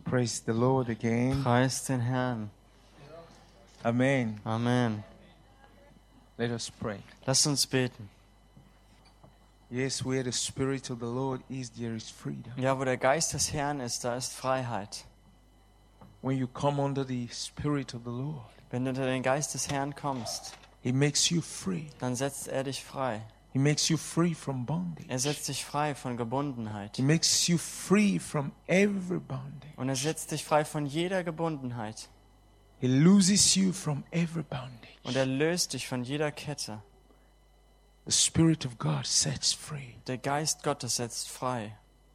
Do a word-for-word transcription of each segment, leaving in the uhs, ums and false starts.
Praise the Lord again. Preis den Herrn. Amen. Amen. Let us pray. Lasst uns beten. Yes, where the Spirit of the Lord is, there is freedom. Ja, wo der Geist des Herrn ist, da ist Freiheit. When you come under the Spirit of the Lord, Wenn du unter den Geist des Herrn kommst, He makes you free. dann setzt er dich frei. He makes you free from bondage. Er setzt dich frei von Gebundenheit. He makes you free from every bondage. Und er setzt dich frei von jeder Gebundenheit. He looses you from every bondage. Und er löst dich von jeder Kette. The Spirit of God sets free. Der Geist Gottes setzt frei.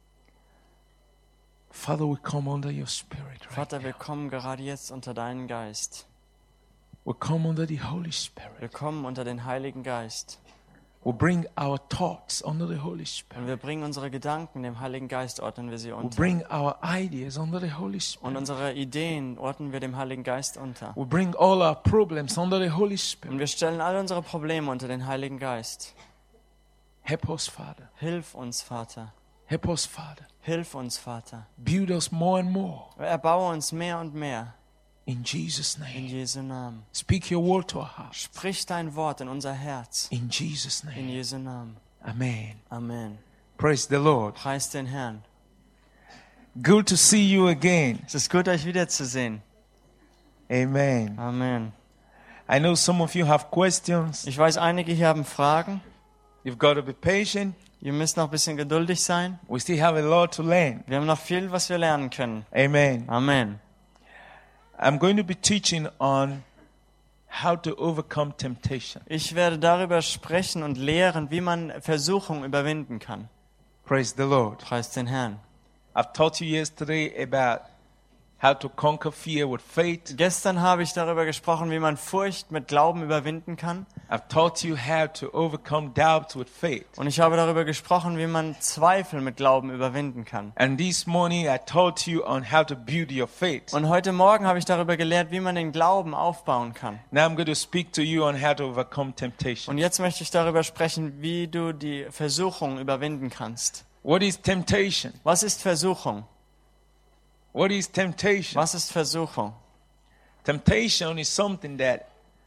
Father, we come under your Spirit right Vater, wir now. kommen gerade jetzt unter deinen Geist. We come under the Holy Wir Spirit. kommen unter den Heiligen Geist. We bring our thoughts under the Holy Und Spirit. wir bringen unsere Gedanken dem Heiligen Geist, ordnen wir sie We unter. bring our ideas under the Holy Und Spirit. unsere Ideen ordnen wir dem Heiligen Geist unter. We bring all our problems under the Holy Und Spirit. wir stellen all unsere Probleme unter den Heiligen Geist. Help us, Father. Hilf uns, Vater. Help us, Father. Hilf uns, Vater. Build us more and more. Erbaue uns mehr und mehr. In Jesus' In name. Jesu Namen. Speak your word to our hearts. Sprich dein Wort in unser Herz. In Jesus' In name. Jesu Namen. Amen. Amen. Praise the Lord. Preis den Herrn. Good to see you again. Es ist gut, euch wiederzusehen. Amen. Amen. I know some of you have questions. Ich weiß, einige hier haben Fragen. You've got to be patient. Ihr müsst noch ein bisschen geduldig sein. We still have a lot to learn. Wir haben noch viel, was wir lernen können. Amen. Amen. I'm going to be teaching on how to overcome temptation. Ich werde darüber sprechen und lehren, wie man Versuchung überwinden kann. Praise the Lord. Preis den Herrn. I've taught you yesterday about how to conquer fear with faith. Gestern habe ich darüber gesprochen, wie man Furcht mit Glauben überwinden kann. I've taught you how to overcome doubt with faith. Und ich habe darüber gesprochen, wie man Zweifel mit Glauben überwinden kann. And this morning I taught you on how to build your faith. Und heute Morgen habe ich darüber gelehrt, wie man den Glauben aufbauen kann. Now I'm going to speak to you on how to overcome temptation. Und jetzt möchte ich darüber sprechen, wie du die Versuchung überwinden kannst. What is temptation? Was ist Versuchung? What is temptation? Was ist Versuchung? Temptation is something that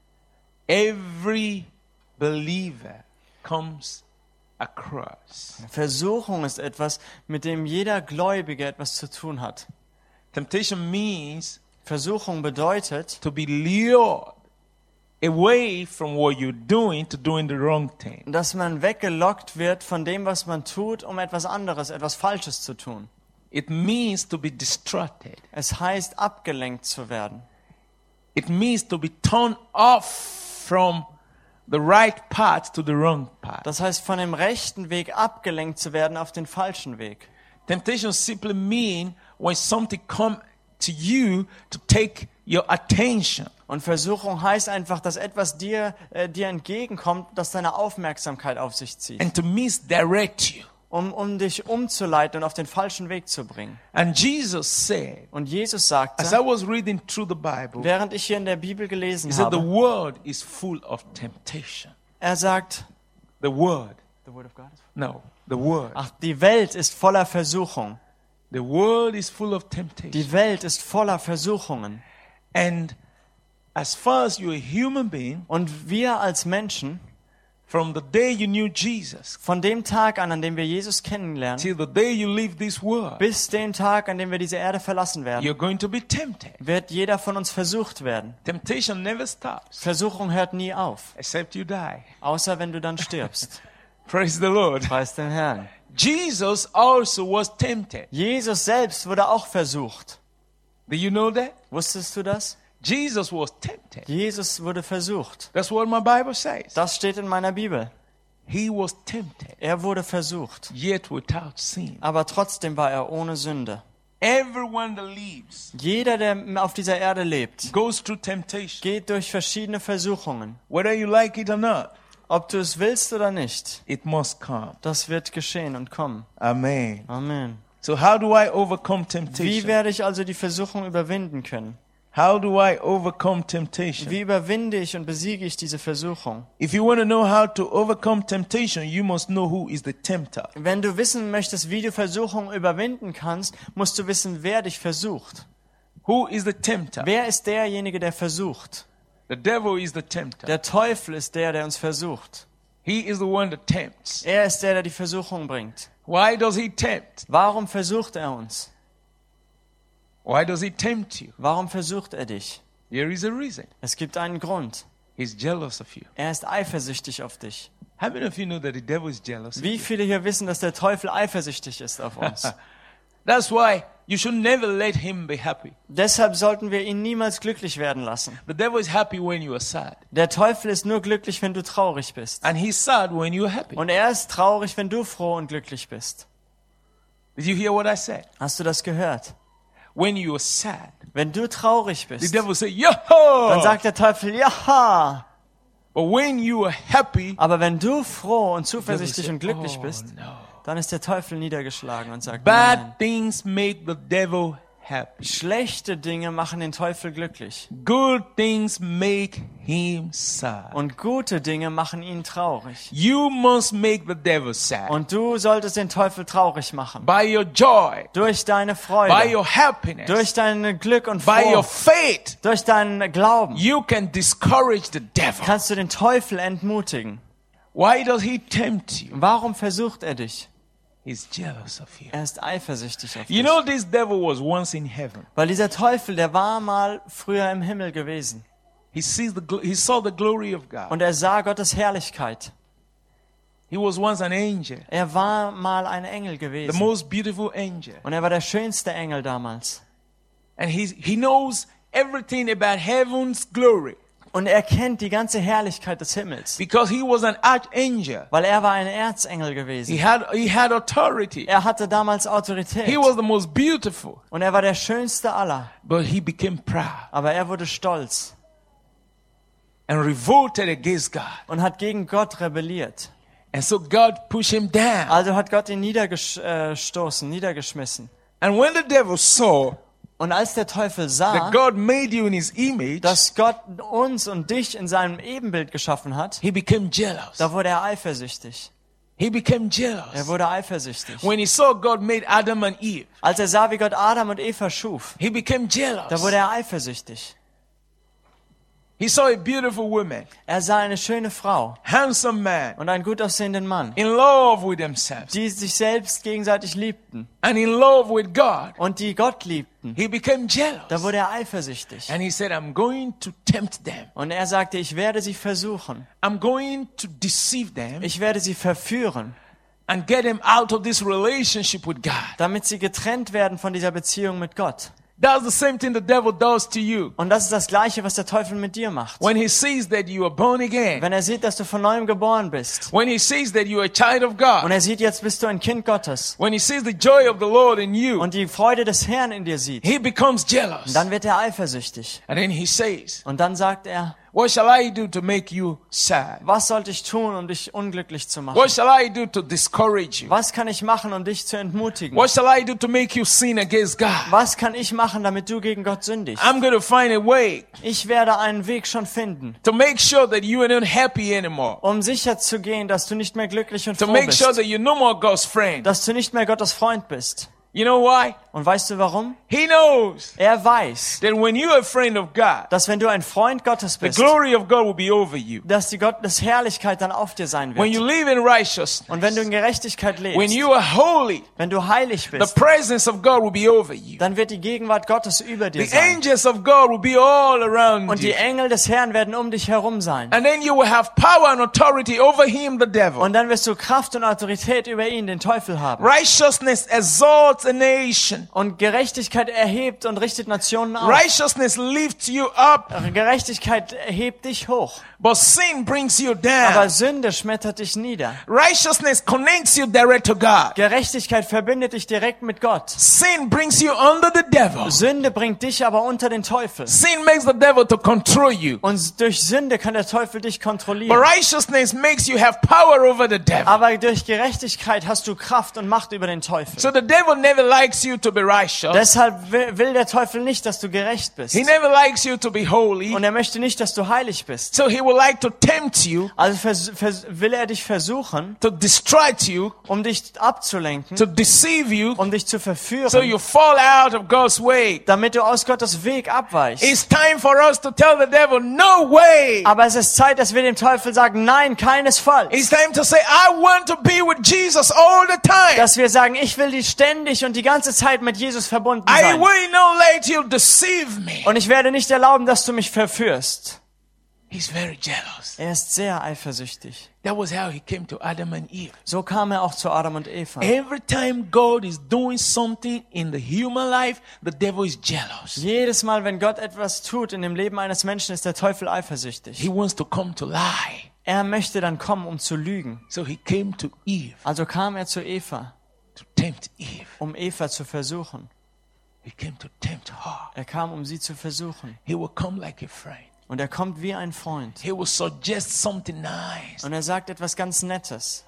every believer comes across. Versuchung ist etwas, mit dem jeder Gläubige etwas zu tun hat. Temptation means Versuchung bedeutet, to be lured away from what you're doing to doing the wrong thing. dass man weggelockt wird von dem, was man tut, um etwas anderes, etwas Falsches zu tun. It means to be distracted. Es heißt, abgelenkt zu werden. It means to be turned off from the right path to the wrong path. Das heißt, von dem rechten Weg abgelenkt zu werden auf den falschen Weg. Temptation simply mean when something come to you to take your attention. Und Versuchung heißt einfach, dass etwas dir, äh, dir entgegenkommt, das deine Aufmerksamkeit auf sich zieht. And to misdirect you. Um, um dich umzuleiten und auf den falschen Weg zu bringen. And Jesus said, Und Jesus as I sagte, was reading through the Bible, während ich hier in der Bibel gelesen he said the habe, world is full of temptation. er sagt, The word. The word of God is- No, the word. ach, die Welt ist voller Versuchung. The world is full of temptation. Die Welt ist voller Versuchungen. And as far as you're a human being, Und wir als Menschen, from the day you knew Jesus von dem Tag an, an dem wir Jesus kennenlernen, till the day you leave this world, bis den Tag, an dem wir diese Erde verlassen werden, you're going to be tempted. wird jeder von uns versucht werden. Temptation never stops Versuchung hört nie auf, except you die. außer wenn du dann stirbst. Praise the Lord. Preis den Herrn. Jesus also was tempted. Jesus selbst wurde auch versucht. Do you know that? Wusstest du das? Jesus was tempted. Jesus wurde versucht. That's what my Bible says. Das steht in meiner Bibel. He was tempted, Er wurde versucht, yet without sin. aber trotzdem war er ohne Sünde. Everyone that lives Jeder, der auf dieser Erde lebt, goes through temptation, geht durch verschiedene Versuchungen. whether you like it or not. Ob du es willst oder nicht, It must come. das wird geschehen und kommen. Amen. Amen. So how do I overcome Wie temptation? werde ich also die Versuchung überwinden können? How do I overcome temptation? Wie überwinde ich und besiege ich diese Versuchung? If you want to know how to overcome temptation, you must know who is the tempter. Wenn du wissen möchtest, wie du Versuchung überwinden kannst, musst du wissen, wer dich versucht. Who is the tempter? Wer ist derjenige, der versucht? The devil is the tempter. Der Teufel ist der, der uns versucht. He is the one that tempts. Er ist der, der die Versuchung bringt. Why does he tempt? Warum versucht er uns? Why does he tempt you? Warum versucht er dich? There is a reason. Es gibt einen Grund. He's jealous of you. Er ist eifersüchtig auf dich. How many of you know that the devil is jealous of Wie you? viele hier wissen, dass der Teufel eifersüchtig ist auf uns? That's why you should never let him be happy. Deshalb sollten wir ihn niemals glücklich werden lassen. The devil is happy when you are sad. Der Teufel ist nur glücklich, wenn du traurig bist. And he's sad when you are happy. Und er ist traurig, wenn du froh und glücklich bist. Did you hear what I said? Hast du das gehört? When you are sad, Wenn du traurig the bist, devil say, dann Yo! sagt der Teufel, ja. But when you are happy, Aber wenn du froh und the devil zuversichtlich say, und glücklich oh, bist, no. dann ist der Teufel niedergeschlagen und sagt, nein. Bad things make the devil happy. Schlechte Dinge machen den Teufel glücklich. Good things make him sad. Und gute Dinge machen ihn traurig. You must make the devil sad. Und du solltest den Teufel traurig machen. By your joy, Durch deine by Freude, your happiness, durch dein Glück und by your Froh, faith, durch deinen Glauben you can discourage the devil. kannst du den Teufel entmutigen. Why does he tempt you? Warum versucht er dich? He's jealous of you. Er ist eifersüchtig auf You dich. know, this devil was once in heaven. Weil dieser Teufel, der war mal früher im Himmel gewesen. He sees the gl- he saw the glory of God. Und er sah Gottes Herrlichkeit. He was once an angel, Er war mal ein Engel the gewesen. most beautiful angel. Und er war der schönste Engel damals. And he he knows everything about heaven's glory Und er kennt die ganze Herrlichkeit des Himmels. because he was an archangel. Weil er war ein Erzengel He gewesen. had he had authority. Er hatte damals Autorität. He was the most beautiful, Und er war der schönste aller. but he became proud Aber er wurde stolz and revolted against God. und hat gegen Gott rebelliert. And so God pushed him down. Also hat Gott ihn niedergestoßen, niedergeschmissen. And when the devil saw Und als der Teufel that sah, God made you in his image, dass Gott uns und dich in seinem Ebenbild geschaffen hat, he became jealous. da wurde er eifersüchtig. He became Er jealous. wurde eifersüchtig. When he saw God made Adam and Eve, Als er sah, wie Gott Adam und Eva schuf, he became da jealous. wurde er eifersüchtig. He saw a beautiful woman, Er sah eine schöne Frau handsome man, und einen gut aussehenden Mann, in love with themselves die sich selbst gegenseitig liebten and in love with God. und die Gott liebten. He became jealous. Da wurde er eifersüchtig. And he said, I'm going to tempt them. Und er sagte, ich werde sie versuchen. I'm going to deceive them Ich werde sie verführen, and get them out of this relationship with God. damit sie getrennt werden von dieser Beziehung mit Gott. That's the same thing the devil does to you. Und das ist das Gleiche, was der Teufel mit dir macht. When he sees that you are born again, Wenn er sieht, dass du von neuem geboren bist when he sees that you are a child of und God, er sieht, jetzt bist du ein Kind Gottes when he sees the joy of the Lord in you, und die Freude des Herrn in dir sieht, he becomes jealous. dann wird er eifersüchtig. And then he says, Und dann sagt er, what shall I do to make you sad? was sollte ich tun, um dich unglücklich zu machen? What shall I do to discourage you? Was kann ich machen, um dich zu entmutigen? What shall I do to make you sin against God? Was kann ich machen, damit du gegen Gott sündigst? I'm going to find a way Ich werde einen Weg schon finden, to make sure that you are not happy anymore. um sicher zu gehen, dass du nicht mehr glücklich und To froh make sure bist. that you're no more God's friend. Dass du nicht mehr Gottes Freund bist. You know why? Und weißt du warum? He knows Er weiß, that when you're a friend of God, dass wenn du ein Freund Gottes the bist, glory of God will be over you. dass die Gottes Herrlichkeit dann auf dir sein When you wird. live in righteousness, Und wenn du in Gerechtigkeit when lebst, you are holy, wenn du heilig the bist, presence of God will be over you. dann wird die Gegenwart Gottes über dir The sein. angels of God will be all around Und die you. Engel des Herrn werden um dich herum sein. And then you will have power and authority over him, the devil. Und dann wirst du Kraft und Autorität über ihn, den Teufel, haben. Righteousness exalts a nation. Und Gerechtigkeit erhebt und richtet Nationen auf. Righteousness lifts you up, Gerechtigkeit erhebt dich hoch. but sin brings you Aber down. Sünde schmettert dich nieder. Righteousness connects you direct to God. Gerechtigkeit verbindet dich direkt mit Gott. Sin brings you under the devil. Sünde bringt dich aber unter den Teufel. Sin makes the devil to control you. Und durch Sünde kann der Teufel dich But kontrollieren. righteousness makes you have power over the devil. Aber durch Gerechtigkeit hast du Kraft und Macht über den Teufel. So the devil never likes you to be righteous. Deshalb will, will der Teufel nicht, dass du gerecht bist. He never likes you to be holy. Und er möchte nicht, dass du heilig bist. So he would like to tempt you, Also vers vers will er dich versuchen, to distract you, um dich abzulenken, to deceive you, um dich zu verführen, so you fall out of God's way. damit du aus Gottes Weg abweichst. It's time for us to tell the devil, no way. Aber es ist Zeit, dass wir dem Teufel sagen, nein, keinesfalls. It's time to say, I want to be with Jesus all the time. Dass wir sagen, ich will die ständig und die ganze Zeit mit Jesus verbunden I sein. will not let you deceive me. Und ich werde nicht erlauben, dass du mich verführst. He's very jealous. Er ist sehr eifersüchtig. That was how he came to Adam and Eve. So kam er auch zu Adam und Eva. Every time God is doing something in the human life, the devil is jealous. Jedes Mal, wenn Gott etwas tut in dem Leben eines Menschen, ist der Teufel eifersüchtig. He wants to come to lie. Er möchte dann kommen, um zu lügen. So he came to Eve Also kam er zu Eva, to tempt Eve. um Eva zu versuchen. He came to tempt her. Er kam, um sie zu versuchen. He will come like a friend. Und er kommt wie ein Freund. He will suggest something nice. Und er sagt etwas ganz Nettes.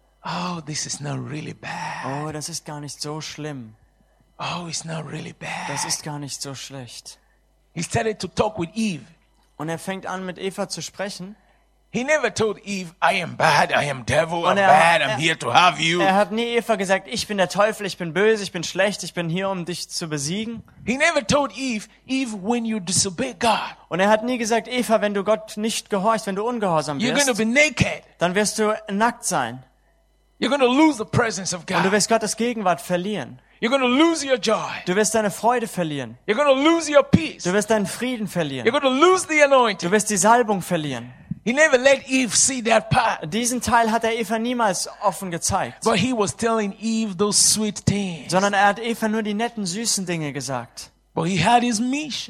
Oh, this is not really bad. Oh, das ist gar nicht so schlimm. Oh, it's not really Das bad. ist gar nicht so schlecht. He started to talk with Eve. Und er fängt an, mit Eva zu sprechen. He never told Eve, I am bad, I am devil, I'm Und er- bad, I'm er- here to have you. Er hat nie Eva gesagt, ich bin der Teufel, ich bin böse, ich bin schlecht, ich bin hier, um dich zu besiegen. He never told Eve, Eve, when you disobey God, Und er hat nie gesagt, Eva, wenn du Gott nicht gehorchst, wenn du ungehorsam you're going to wirst, be naked. dann wirst du nackt sein. You're going to lose the presence of Und du God. wirst Gottes Gegenwart verlieren. You're going to lose your joy. Du wirst deine Freude verlieren. You're going to lose your peace. Du wirst deinen Frieden You're verlieren. going to lose the anointing. Du wirst die Salbung verlieren. He never let Eve see that part. Diesen Teil hat er Eva niemals offen gezeigt. But he was telling Eve those sweet things. Sondern er hat Eva nur die netten, süßen Dinge gesagt. But he had his mission.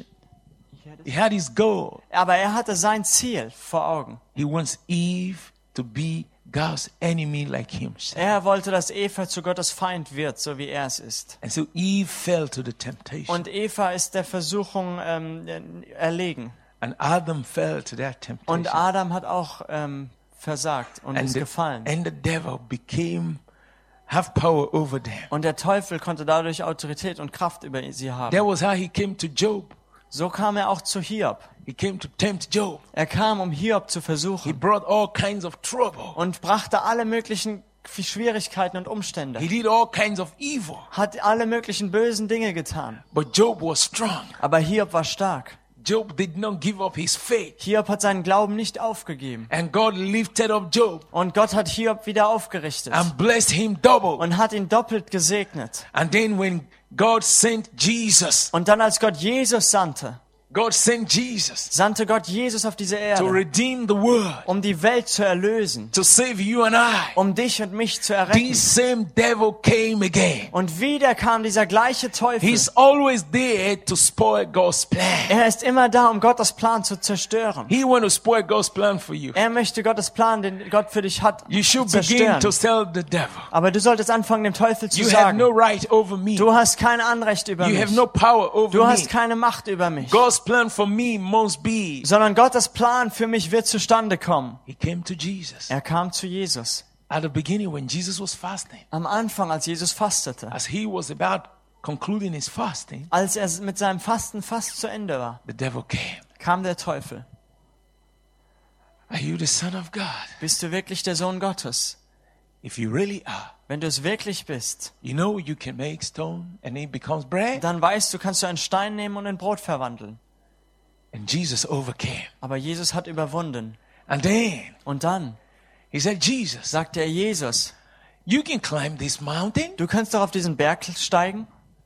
He had his goal. Aber er hatte sein Ziel vor Augen. He wants Eve to be God's enemy like himself. Er wollte, dass Eva zu Gottes Feind wird, so wie er es ist. And so Eve fell to the temptation. Und Eva ist der Versuchung ähm, erlegen. And Adam fell to that temptation. Und Adam hat auch ähm, versagt und and, ist the, gefallen. and the devil became, have power over them. Und der Teufel konnte dadurch Autorität und Kraft über sie haben. That was how he came to Job. So kam er auch zu Hiob. He came to tempt Job. Er kam, um Hiob zu He versuchen brought all kinds of trouble. und brachte alle möglichen Schwierigkeiten und Umstände. He did all kinds of evil. Hat alle möglichen bösen Dinge getan. But Job was strong. Aber Hiob war stark. Job did not give up his faith. Hiob hat seinen Glauben nicht aufgegeben. And God lifted up Job Und Gott hat Hiob wieder aufgerichtet and blessed him double. und hat ihn doppelt gesegnet. And then when God sent Jesus, Und dann, als Gott Jesus sandte, God sent Jesus sandte Gott Jesus auf diese to Erde, redeem the world, um die Welt zu erlösen, to save you and I. um dich und mich zu erretten. This same devil came again. Und wieder kam dieser gleiche Teufel. He's always there to spoil God's plan. Er ist immer da, um Gottes Plan zu zerstören. He want to spoil God's plan for you. Er möchte Gottes Plan, den Gott für dich hat, You should begin zerstören. to tell the devil, Aber du solltest anfangen, dem Teufel zu you have sagen, no right over me. du hast kein Anrecht über You mich. have no power Du over hast me. keine Macht über mich. God's plan for me must be. Sondern Gottes Plan für mich wird zustande kommen. He came to Jesus. Er kam zu Jesus. At the beginning when Jesus was fasting, Am Anfang, als Jesus fastete, as he was about concluding his fasting, als er mit seinem Fasten fast zu Ende war, the devil came. kam der Teufel. Are you the son of God? Bist du wirklich der Sohn Gottes? If you really are, Wenn du es wirklich bist, you know you can make stone and it becomes bread. dann weißt du, kannst du einen Stein nehmen und in Brot verwandeln. And Jesus overcame. Aber Jesus hat überwunden. And then Und dann he said, Jesus, sagte er Jesus, you can climb this mountain. du kannst doch auf diesen Berg steigen.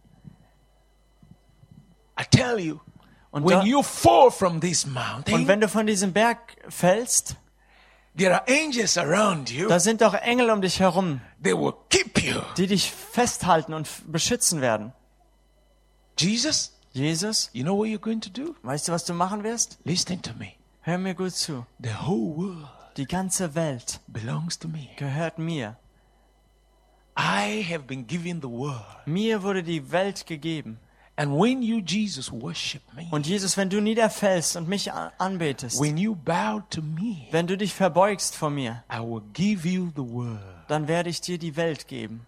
I tell you, Und, when da, you fall from this und mountain, wenn du von diesem Berg fällst, there are angels around you. da sind doch Engel um dich herum, They will keep you. die dich festhalten und f- beschützen werden. Jesus, Jesus, you know what you're going to do? weißt du, was du machen wirst? Listen to me. Hör mir gut zu. The whole world Die ganze Welt belongs to me. gehört mir. I have been given the world. Mir wurde die Welt gegeben. And when you, Jesus, worship me, Und Jesus, wenn du niederfällst und mich a- anbetest, when you bow to me, wenn du dich verbeugst vor mir, I will give you the world. dann werde ich dir die Welt geben.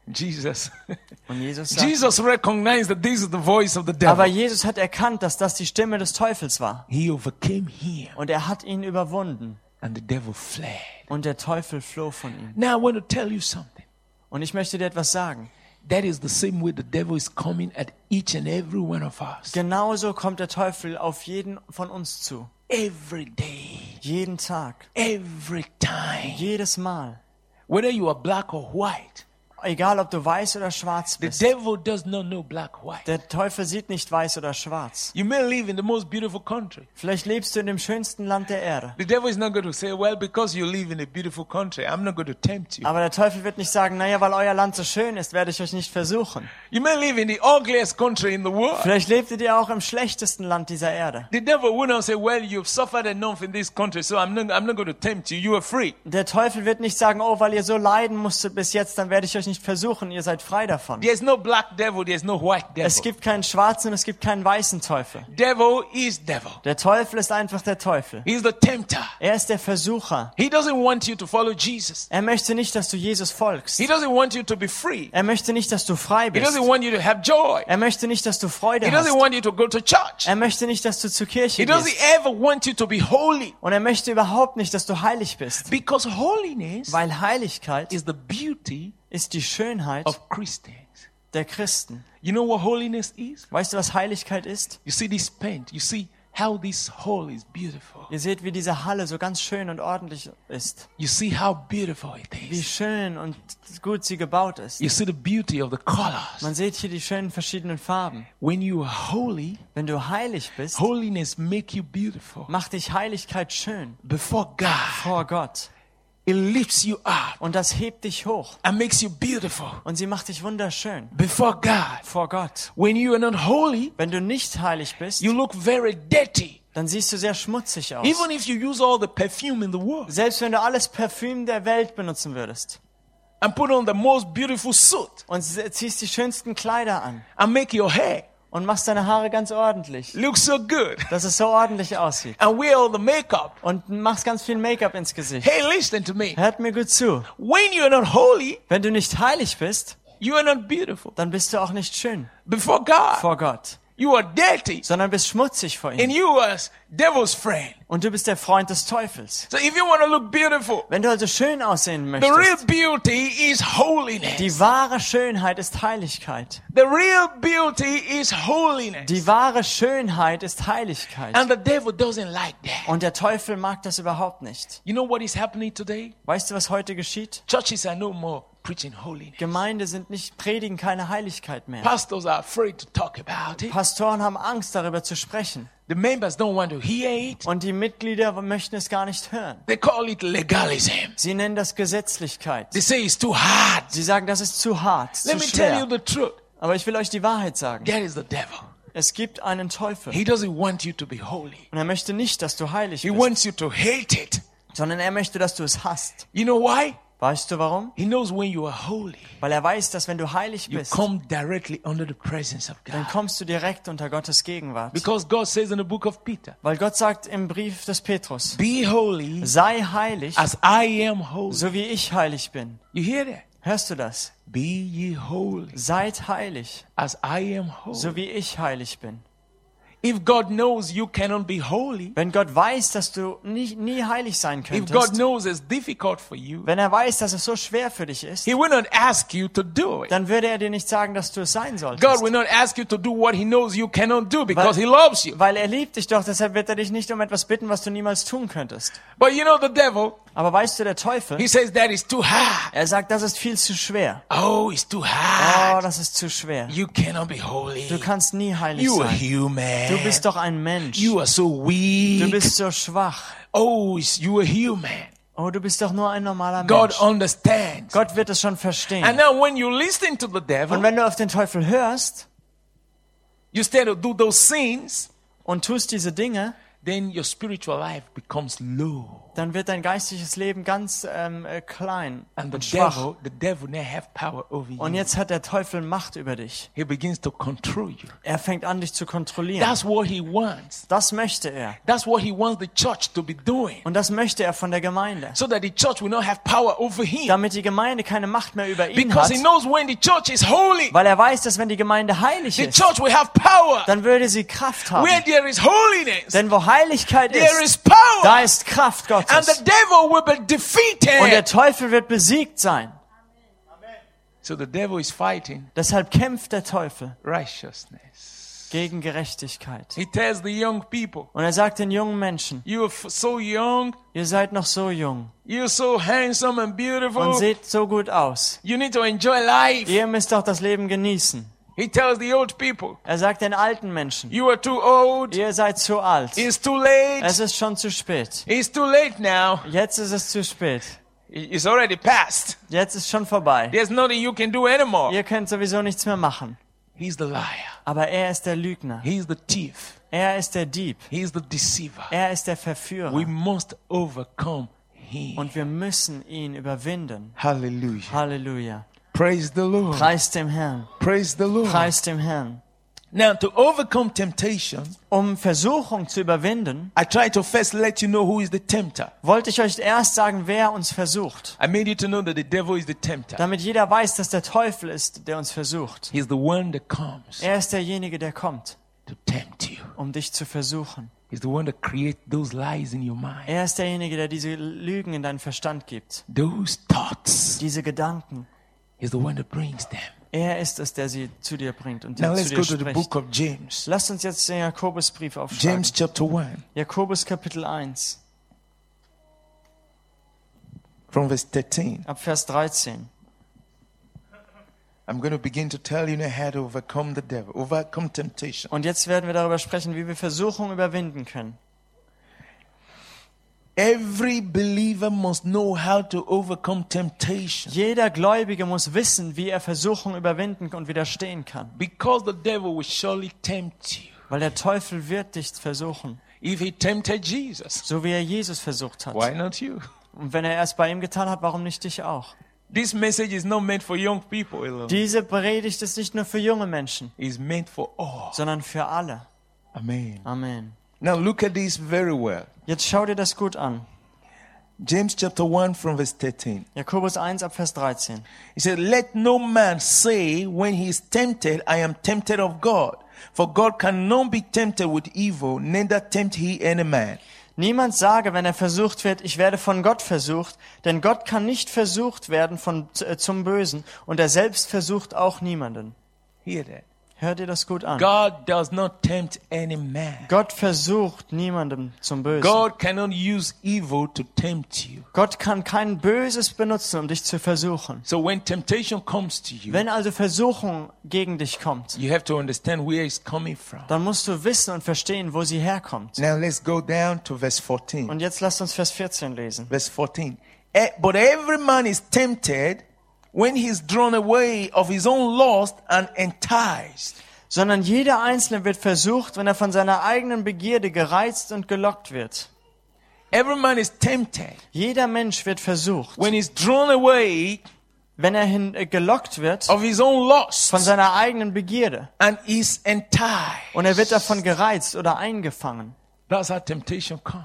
Jesus. Und Jesus sagt, Jesus recognized that this is the voice of the aber devil. Jesus hat erkannt, dass das die Stimme des Teufels war. He overcame him Und er hat ihn überwunden. and the devil fled. Und der Teufel floh von ihm. Now I want to tell you something. Und ich möchte dir etwas sagen. That is the same way the devil is coming at each and every one of us. Genauso kommt der Teufel auf jeden von uns zu. Every day, Jeden Tag. every time. Jedes Mal. Whether you are black or white, Egal, ob du weiß oder schwarz the bist. devil does not know black or white. Der Teufel sieht nicht weiß oder schwarz. You may live in the most beautiful country. Vielleicht lebst du in dem schönsten Land der Erde. The devil is not going to say, well, because you live in a beautiful country, I'm not going to tempt you. Aber der Teufel wird nicht sagen, naja, weil euer Land so schön ist, werde ich euch nicht versuchen. You may live in the ugliest country in the world. Vielleicht lebt ihr auch im schlechtesten Land dieser Erde. The devil will not say, well, you've suffered enough in this country, so I'm not, I'm not going to tempt you. You are free. Der Teufel wird nicht sagen, oh, weil ihr so leiden musstet bis jetzt, dann werde ich euch nicht versuchen, ihr seid frei davon. There's no black devil, there's no white devil. Es gibt keinen schwarzen und es gibt keinen weißen Teufel. Devil is devil. Der Teufel ist einfach der Teufel. He's the tempter. Er ist der Versucher. He doesn't want you to follow Jesus. Er möchte nicht, dass du Jesus folgst. He doesn't want you to be free. Er möchte nicht, dass du frei He bist. doesn't want you to have joy. Er möchte nicht, dass du He Freude doesn't hast. want you to go to church. Er möchte nicht, dass du zur Kirche He doesn't gehst. ever want you to be holy. Und er möchte überhaupt nicht, dass du heilig bist. Because holiness Weil Heiligkeit is the beauty ist die Schönheit of Christians. der Christen. You know what holiness is? Weißt du, was Heiligkeit ist? You see this paint. You see how this hall is beautiful. Ihr seht, wie diese Halle so ganz schön und ordentlich ist. You see how beautiful it Wie is. schön und gut sie gebaut ist. You see the beauty of the colors. Man sieht hier die schönen verschiedenen Farben. When you are holy, Wenn du heilig bist, holiness make you beautiful macht dich Heiligkeit schön before God. vor Gott. It lifts you up Und das hebt dich hoch. and makes you beautiful Und sie macht dich wunderschön before God. vor Gott. When you are not holy, Wenn du nicht heilig bist, you look very dirty. dann siehst du sehr schmutzig aus. Even if you use all the perfume in the world Selbst wenn du alles Parfüm der Welt benutzen würdest and put on the most beautiful suit und ziehst die schönsten Kleider an and make your hair und machst deine Haare ganz ordentlich, look so good dass es so ordentlich aussieht and wear all the makeup, und machst ganz viel Make-up ins Gesicht. hey, listen to me. Hört mir gut zu. When you are not holy, Wenn du nicht heilig bist, you are not beautiful dann bist du auch nicht schön before God. vor Gott, You are dirty sondern bist schmutzig vor and ihm. you are devil's friend. Und du bist der Freund des Teufels. So if you want to look beautiful, Wenn du also schön aussehen the real möchtest, beauty is holiness. die wahre Schönheit ist Heiligkeit. The real beauty is holiness. Die wahre Schönheit ist Heiligkeit. And the devil doesn't like that. Und der Teufel mag das überhaupt nicht. You know what is happening today? Weißt du, was heute geschieht? Churches are no more preaching holiness. Gemeinde sind nicht, predigen keine Heiligkeit mehr. Pastors are afraid to talk about it. Pastoren haben Angst, darüber zu sprechen. The members don't want to hear it. Und die Mitglieder möchten es gar nicht hören. They call it legalism. Sie nennen das Gesetzlichkeit. They say it's too hard. Sie sagen, das ist zu hart, zu Let me tell you schwer. the truth. Aber ich will euch die Wahrheit sagen. That is the devil. Es gibt einen Teufel. He doesn't want you to be holy. Und er möchte nicht, dass du heilig He bist, wants you to hate it. sondern er möchte, dass du es hasst. You know why? Weißt du warum? He knows when you are holy, Weil er weiß, dass wenn du heilig you bist, come directly under the presence of dann God. kommst du direkt unter Gottes Gegenwart. Because God says in the book of Peter, Weil Gott sagt im Brief des Petrus, be holy sei heilig, as I am holy. so wie ich heilig bin. You hear that? Hörst du das? Be ye holy Seid heilig, as I am holy. so wie ich heilig bin. If God knows you cannot be holy, Wenn Gott weiß, dass du nie, nie heilig sein if God könntest, knows it's difficult for you, wenn er weiß, dass es so schwer für dich ist, He will not ask you to do it. dann würde er dir nicht sagen, dass du es sein God solltest. will not ask you to do what He knows you cannot do because He loves you. Weil er liebt dich doch, deshalb wird er dich nicht um etwas bitten, was du niemals tun könntest. But you know the devil, Aber weißt du, der Teufel, he says that is too hard. er sagt, das ist viel zu schwer. Oh, it's too Oh, hard. das ist zu schwer. You cannot be holy. Du kannst nie heilig You are sein. human. Du bist doch ein Mensch. You are so Du weak. bist so schwach. Oh, it's- you are human. Oh, du bist doch nur ein normaler God Mensch. understands. Gott wird es schon verstehen. And now when you listen to the Und devil, wenn du auf den Teufel hörst you start to do those sins, und tust diese Dinge, then your spiritual life becomes low. dann wird dein geistliches Leben ganz ähm, äh, klein And und the schwach. devil, the devil now have power over Und you. jetzt hat der Teufel Macht über dich. He begins to control you. Er fängt an, dich zu kontrollieren. That's what he wants. Das möchte er. That's what he wants the church to be doing. Und das möchte er von der Gemeinde. So that the church will not have power over him. Damit die Gemeinde keine Macht mehr über ihn Because hat. he knows when the church is holy, Weil er weiß, dass wenn die Gemeinde heilig the ist, church will have power. dann würde sie Kraft haben. Where there is holiness, Denn wo Heiligkeit there ist, is power. da ist Kraft And Gottes. the devil will be Und der defeated. Teufel wird besiegt sein. So the devil is fighting Deshalb kämpft der Teufel righteousness. gegen Gerechtigkeit. He tells the young people, Und er sagt den jungen Menschen, you are f- so young, ihr seid noch so jung you're so handsome and und beautiful. seht so gut aus. You need to enjoy life. Ihr müsst doch das Leben genießen. He tells the old people, Er sagt den alten Menschen, you are too old. ihr seid zu alt. It's too late. Es ist schon zu spät. It's too late now. Jetzt ist es zu spät. It's already past. Jetzt ist schon vorbei. There's nothing you can do anymore. Ihr könnt sowieso nichts mehr machen. He's the liar. Aber er ist der Lügner. He's the thief. Er ist der Dieb. He's the deceiver. Er ist der Verführer. We must overcome him. Und wir müssen ihn überwinden. Hallelujah. Halleluja. Praise the Lord. Preis dem Herrn. Praise the Lord. Preis dem Herrn. Now, to overcome temptation, Um Versuchung zu überwinden, I try to first let you know who is the tempter. wollte ich euch erst sagen, wer uns versucht. I made you to know that the devil is the tempter. Damit jeder weiß, dass der Teufel ist, der uns versucht. He's the one that comes Er ist derjenige, der kommt, to tempt you. um dich zu versuchen. He's the one that creates those lies in your mind. Er ist derjenige, der diese Lügen in deinen Verstand gibt. Those thoughts. Diese Gedanken. He's the one that brings them. Er ist es, der sie zu dir bringt und Now zu let's dir go to the spricht. book of James. Lasst uns jetzt den Jakobusbrief aufschlagen. James chapter one, Jakobus Kapitel eins, from verse thirteen. ab Vers dreizehn. I'm going to begin to tell you now how to overcome the devil, overcome temptation. Und jetzt werden wir darüber sprechen, wie wir Versuchung überwinden können. Every believer must know how to overcome temptation. Jeder Gläubige muss wissen, wie er Versuchung überwinden und widerstehen kann. Because the devil will surely tempt you. Weil der Teufel wird dich versuchen, If he tempted Jesus, so wie er Jesus versucht hat. why not you? Und wenn er es bei ihm getan hat, warum nicht dich auch? This message is not meant for young people alone. Diese Predigt ist nicht nur für junge Menschen, It's meant for all. sondern für alle. Amen. Amen. Now look at this very well. Jetzt schau dir das gut an. James chapter one from verse thirteen. Jakobus eins ab Vers dreizehn. He said, let no man say when he is tempted, I am tempted of God. For God cannot be tempted with evil, neither tempt he any man. Niemand sage, wenn er versucht wird, ich werde von Gott versucht, denn Gott kann nicht versucht werden von, äh, zum Bösen und er selbst versucht auch niemanden. Hear that. Hör dir das gut an. God does not tempt any man. Gott versucht niemanden zum Bösen. God cannot use evil to tempt you. Gott kann kein Böses benutzen, um dich zu versuchen. So when temptation comes to you, Wenn also Versuchung gegen dich kommt, you have to understand where it's coming from. dann musst du wissen und verstehen, wo sie herkommt. Now let's go down to verse fourteen. Und jetzt lasst uns Vers vierzehn lesen. Verse fourteen. Eh, But every man is tempted when he is drawn away of his own lust and enticed. Sondern jeder Einzelne wird versucht, wenn er von seiner eigenen Begierde gereizt und gelockt wird. Every man is tempted Jeder Mensch wird versucht, when he's drawn away wenn er hin, äh, gelockt wird of his own lust von seiner eigenen Begierde. and is enticed. Und er wird davon gereizt oder eingefangen. That's how temptation comes.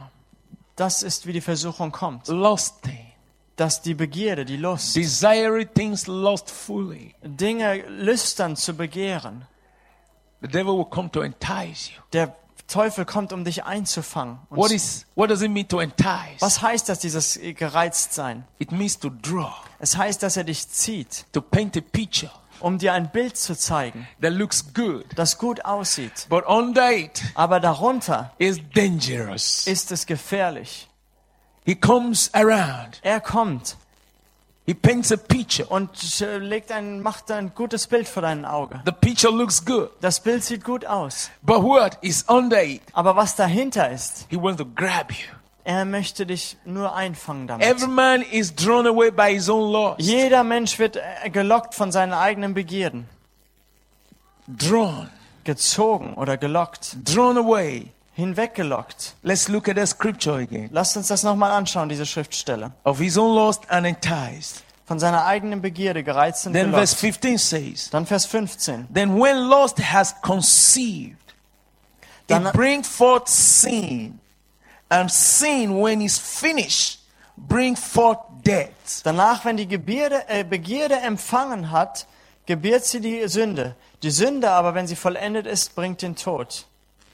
Das ist, wie die Versuchung kommt. Lusting, Dass die Begierde, die Lust, desiring things lustfully. Dinge lüstern zu begehren. The devil will come to entice you. Der Teufel kommt, um dich einzufangen. Und What is what does it mean to entice? was heißt das, dieses gereizt sein? It means to draw, Es heißt, dass er dich zieht, to paint a picture um dir ein Bild zu zeigen, that looks good, das gut aussieht. but under it Aber darunter is dangerous. ist es gefährlich. He comes around. Er kommt He paints a picture. und äh, legt ein, macht ein gutes Bild vor dein Auge. The picture looks good, Das Bild sieht gut aus. but what is under it? Aber was dahinter ist, He wants to grab you. er möchte dich nur einfangen damit. Every man is drawn away by his own lust. Jeder Mensch wird äh, gelockt von seinen eigenen Begierden. Drawn, Gezogen oder gelockt. drawn away hinweggelockt. Let's look at the scripture again. Lasst uns das nochmal anschauen, diese Schriftstelle. Of his own lust and enticed. Von seiner eigenen Begierde gereizt und Then verse gelockt. fifteen says, Dann Vers fünfzehn. then when lust has conceived, Dann- it brings forth sin. And sin, when it's finished, bring forth death. Danach, wenn die Gebierde, äh, Begierde empfangen hat, gebiert sie die Sünde. Die Sünde aber, wenn sie vollendet ist, bringt den Tod.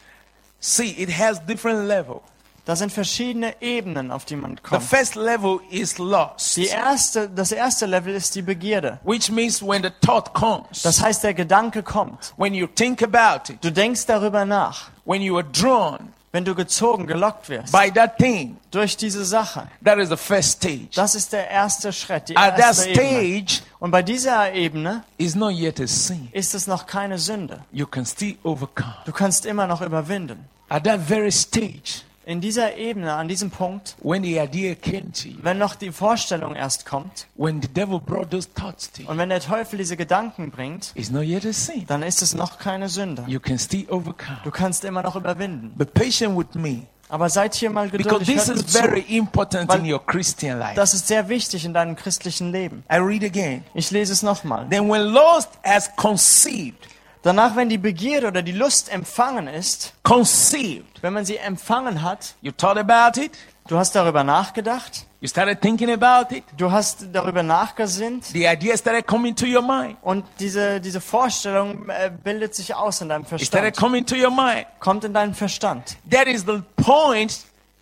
See, it has different level. Da sind verschiedene Ebenen, auf die man The kommt. first level is lust, Die erste, das erste Level ist die Begierde. which means when the thought comes, Das heißt, der Gedanke kommt. when you think about it, Du denkst darüber nach. when you are drawn Wenn du gezogen, gelockt wirst. by that thing, Durch diese Sache. that is the first stage. Das ist der erste Schritt, die At that erste Ebene. stage Und bei dieser Ebene is not yet a sin. ist es noch keine Sünde. You can still overcome. Du kannst immer noch überwinden. At that very stage, In dieser Ebene, an diesem Punkt, when the idea came to you, wenn noch die Vorstellung erst kommt when the devil brought those thoughts to you, und wenn der Teufel diese Gedanken bringt, it's not yet a sin. dann ist es noch keine Sünde. You can still overcome. Du kannst immer noch überwinden. Be patient with me, Aber seid hier mal because geduldig. this hört is gut zu. very important Weil- in your Christian life. Das ist sehr wichtig in deinem christlichen Leben. I read again. Ich lese es nochmal. Then when lust has conceived, Danach, wenn die Begierde oder die Lust empfangen ist, conceived, wenn man sie empfangen hat, you thought about it, du hast darüber nachgedacht, you started thinking about it, du hast darüber nachgesinnt the idea started coming to your mind. und diese, diese Vorstellung äh, bildet sich aus in deinem It started Verstand, coming to your mind. kommt in deinen Verstand. That is the point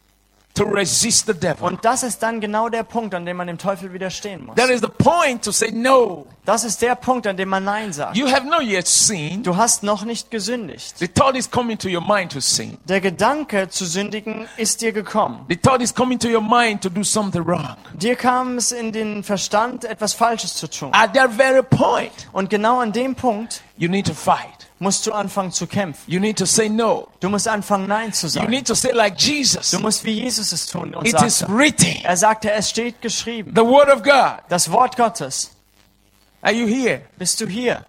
to resist the devil. Und das ist dann genau der Punkt, an dem man dem Teufel widerstehen muss. That is the point to say no. Das ist der Punkt, an dem man Nein sagt. You have not yet sinned. Du hast noch nicht gesündigt. The thought is coming to your mind to sin. Der Gedanke zu sündigen ist dir gekommen. The thought is coming to your mind to do something wrong. Dir kam es in den Verstand, etwas Falsches zu tun. At that very point, Und genau an dem Punkt you need to fight. musst du anfangen zu kämpfen. You need to say no. Du musst anfangen, Nein zu You sagen. need to say like Jesus. Du musst wie Jesus es tun und It is sagte. written. Er sagte, es steht geschrieben. The word of God. Das Wort Gottes. Are you here? Bist du hier?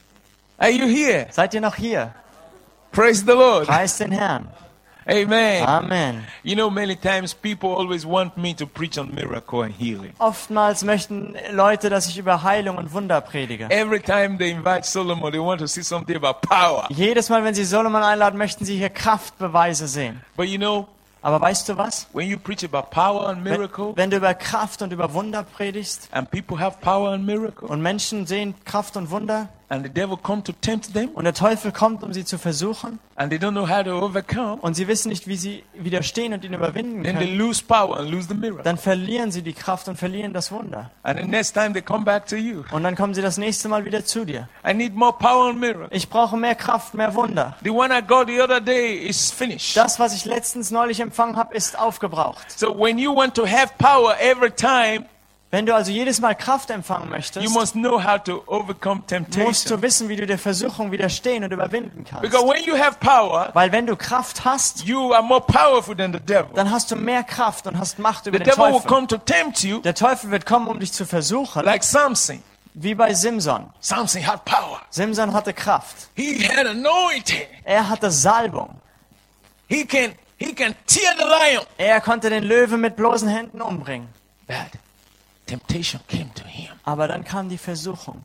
Are you here? Seid ihr noch hier? Praise the Lord. Preis den Herrn. Amen. Amen. You know, many times people always want me to preach on miracle and healing. Oftmals möchten Leute, dass ich über Heilung und Wunder predige. Every time they invite Solomon, they want to see something about power. Jedes Mal, wenn sie Solomon einladen, möchten sie hier Kraftbeweise sehen. But you know, Aber weißt du was? when you preach about power and Wenn, miracle, wenn du über Kraft und über Wunder predigst and people have power and miracle, und Menschen sehen Kraft und Wunder and the devil come to tempt them, und der Teufel kommt, um sie zu versuchen and they don't know how to overcome, und sie wissen nicht, wie sie widerstehen und ihn überwinden then they können, lose power and lose the miracle. dann verlieren sie die Kraft und verlieren das Wunder. And the next time they come back to you, Und dann kommen sie das nächste Mal wieder zu dir. I need more power and miracle. Ich brauche mehr Kraft, mehr Wunder. The one I got the other day is finished. Das, was ich letztens neulich empfangen habe, ist aufgebraucht. So when you want to have power every time, Wenn du also jedes Mal Kraft empfangen you möchtest, must know how to overcome musst temptation. du wissen, wie du der Versuchung widerstehen und überwinden kannst. Because when you have power, Weil wenn du Kraft hast, you are more powerful than the devil. dann hast du mehr Kraft und hast Macht über The den devil will Teufel. come to tempt you Der Teufel wird kommen, um dich zu versuchen, like Samson. wie bei Simson. Samson had power. Simson hatte Kraft. He had anointing. Er hatte Salbung. He can he can tear the lion. Er konnte den Löwen mit bloßen Händen umbringen. But temptation came to him. Aber dann kam die Versuchung.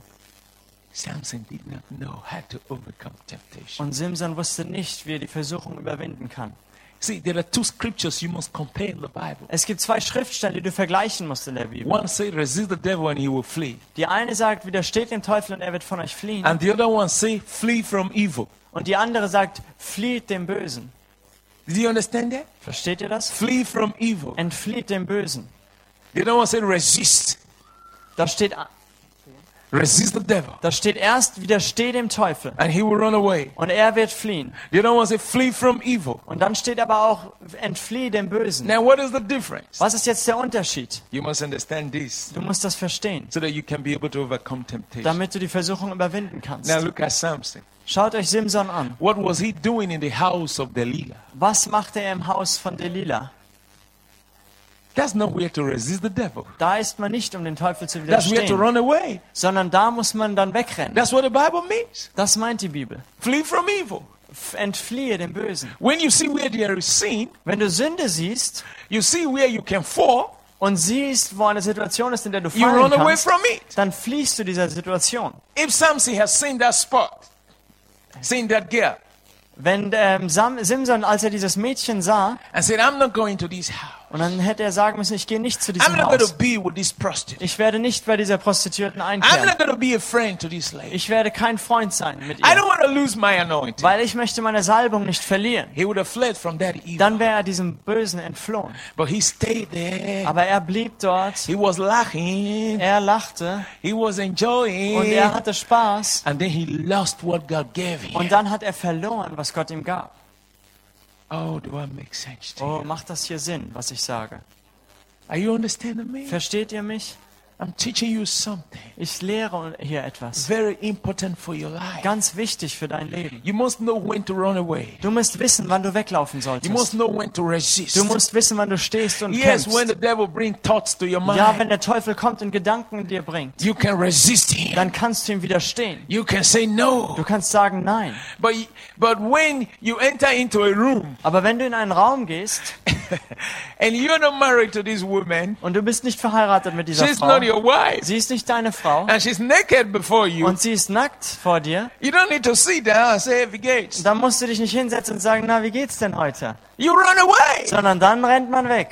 Samson did not know how to overcome temptation. Und Simson wusste nicht, wie er die Versuchung überwinden kann. See, there are two scriptures you must compare in the Bible. Es gibt zwei Schriftstellen, die du vergleichen musst in der Bibel. One says, resist the devil and he will flee. Die eine sagt, widersteht dem Teufel und er wird von euch fliehen. And the other one says, flee from evil. Und die andere sagt, flieht dem Bösen. Did you understand that? Versteht ihr das? Flee from evil. Entflieht dem Bösen. The other one says, resist. Da steht, Resist the devil. da steht erst, widersteh dem Teufel. And he will run away. Und er wird fliehen. The other one says, flee from evil. Und dann steht aber auch, entflieh dem Bösen. Now, what is the difference? Was ist jetzt der Unterschied? You must understand this Du musst das verstehen, so that you can be able to overcome temptation. damit du die Versuchung überwinden kannst. Now, look at Samson. Schaut euch Simson an. What was he doing in the house of Delilah? Was machte er im Haus von Delilah? That's not where to resist the devil. Da ist man nicht, um den Teufel zu That's where to widerstehen, run away. sondern da muss man dann wegrennen. That's what the Bible means. Das meint die Bibel. Flee from evil. F- Entfliehe dem Bösen. When you see where there is sin, Wenn du Sünde siehst you see where you can fall, und siehst, wo eine Situation ist, in der du you fallen run away kannst, from it. dann fliehst du dieser Situation. If Samson has seen that spot, seen that girl, Wenn ähm, Sam Simson, als er dieses Mädchen sah, and said, I'm not going to this house. und dann hätte er sagen müssen, ich gehe nicht zu I'm diesem not going to Haus. be with this prostitute. Ich werde nicht bei dieser Prostituierten I'm einkehren. not going to be a friend to this lady. Ich werde kein Freund sein mit I don't ihr, want to lose my anointing. weil ich möchte meine Salbung nicht verlieren. He would have fled from that evil. Dann wäre er diesem Bösen entflohen. But he stayed there. Aber er blieb dort, He was laughing. er lachte He was und enjoying. er hatte Spaß. And then he lost what God gave him. Und dann hat er verloren, was Gott ihm gab. Oh, do I make sense to Oh, you? macht das hier Sinn, was ich sage? Are you understanding me? Versteht ihr mich? I'm teaching you something Ich lehre hier etwas. very important for your life. Ganz wichtig für dein Leben. You must know when to run away. Du musst wissen, wann du weglaufen You must solltest. know when to resist. Du musst wissen, wann du stehst und Yes, when kämpfst. the devil brings thoughts to your Ja, mind, wenn der Teufel kommt und Gedanken dir bringt, you can resist him. dann kannst du ihm widerstehen. You can say no. Du kannst sagen Nein. But, but when you enter into a room Aber wenn du in einen Raum gehst and you're not married to this woman, und du bist nicht verheiratet mit dieser she's Frau, not your wife, sie ist nicht deine Frau and she's naked before you, und sie ist nackt vor dir, you don't need to sit down and say, "Hey, Gates." dann musst du dich nicht hinsetzen und sagen, na, wie geht's denn heute? You run away. Sondern dann rennt man weg.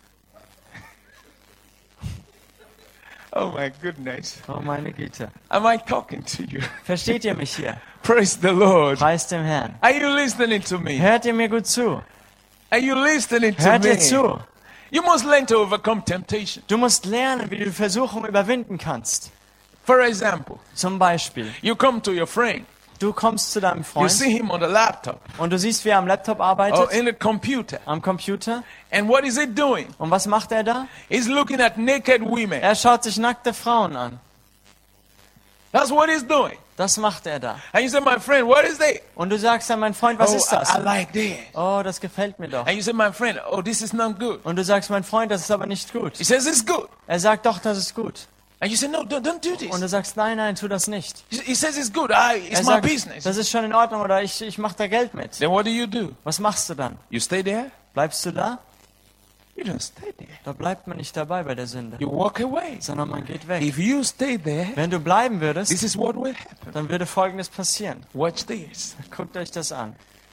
Oh my goodness. Oh meine Güte. Am I talking to you? Versteht ihr mich hier? Praise the Lord. Preis dem Herrn. Are you listening to me? Hört ihr mir gut zu? Are you listening to Hört ihr me? zu? You must learn to overcome temptation. Du musst lernen, wie du Versuchung überwinden kannst. For example, Zum Beispiel, you come to your friend. du kommst zu deinem You Freund see him on the laptop und du siehst, wie er am Laptop or arbeitet, in the computer. am Computer. And what is he doing? Und was macht er da? He's looking at naked women. Er schaut sich nackte Frauen an. That's what he's doing. Das macht er da. And you say, my friend, what is that? Und du sagst dann, mein Freund, was oh, ist das? I, I like that. Oh, das gefällt mir doch. And you say, my friend, oh, this is not good. Und du sagst, mein Freund, das ist aber nicht gut. He says, it's good. Er sagt, doch, das ist gut. And you say, no, don't, don't do this. Und du sagst, nein, nein, tu das nicht. He he says, it's good. I, it's Er my sagt, business. das ist schon in Ordnung oder ich, ich mache da Geld mit. Then what do you do? Was machst du dann? You stay there? Bleibst du da? You don't stay there. Da bleibt man nicht dabei bei der Sünde, You walk away. sondern man geht weg. If you stay there, Wenn du bleiben würdest, this is what will happen. dann würde Folgendes passieren. Watch this. Guckt euch das an.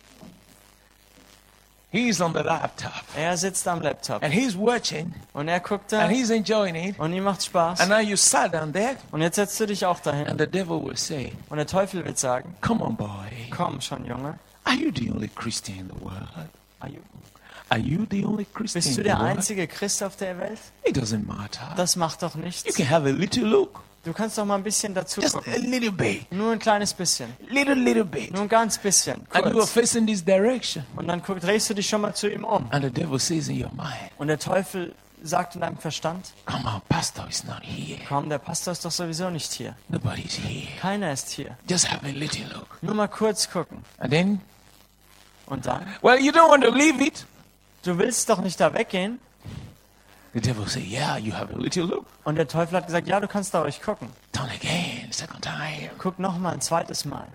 He's on the laptop Er sitzt am Laptop and he's watching und er guckt and da he's enjoying it. und ihm macht Spaß. And now you sat down there Und jetzt setzt du dich auch dahin and the devil will say, und der Teufel wird sagen, come on, boy. komm schon, Junge. Are you the only Christian in the world? Are you- Are you the only Christian Bist du in the der world? einzige Christ auf der Welt? It doesn't matter. Das macht doch You nichts. can have a little look. Du kannst doch mal ein bisschen dazu Just a gucken. little bit. Nur ein kleines bisschen. Little, little bit. Nur ein ganz bisschen. And you are Kurz. facing this direction. Und dann guck, drehst du dich schon mal zu ihm um. And the devil says in your mind, Und der Teufel sagt in deinem Verstand, come on, pastor is not here. komm, der Pastor ist doch sowieso nicht hier. Nobody's here. Keiner ist hier. Just have a little look. Nur mal kurz gucken. And then, Und dann? well, you don't want to leave it. Du willst doch nicht da weggehen. The devil say, yeah, you have a little look. Und der Teufel hat gesagt, ja, du kannst da ruhig gucken. Done again, second time. Guck noch mal ein zweites Mal.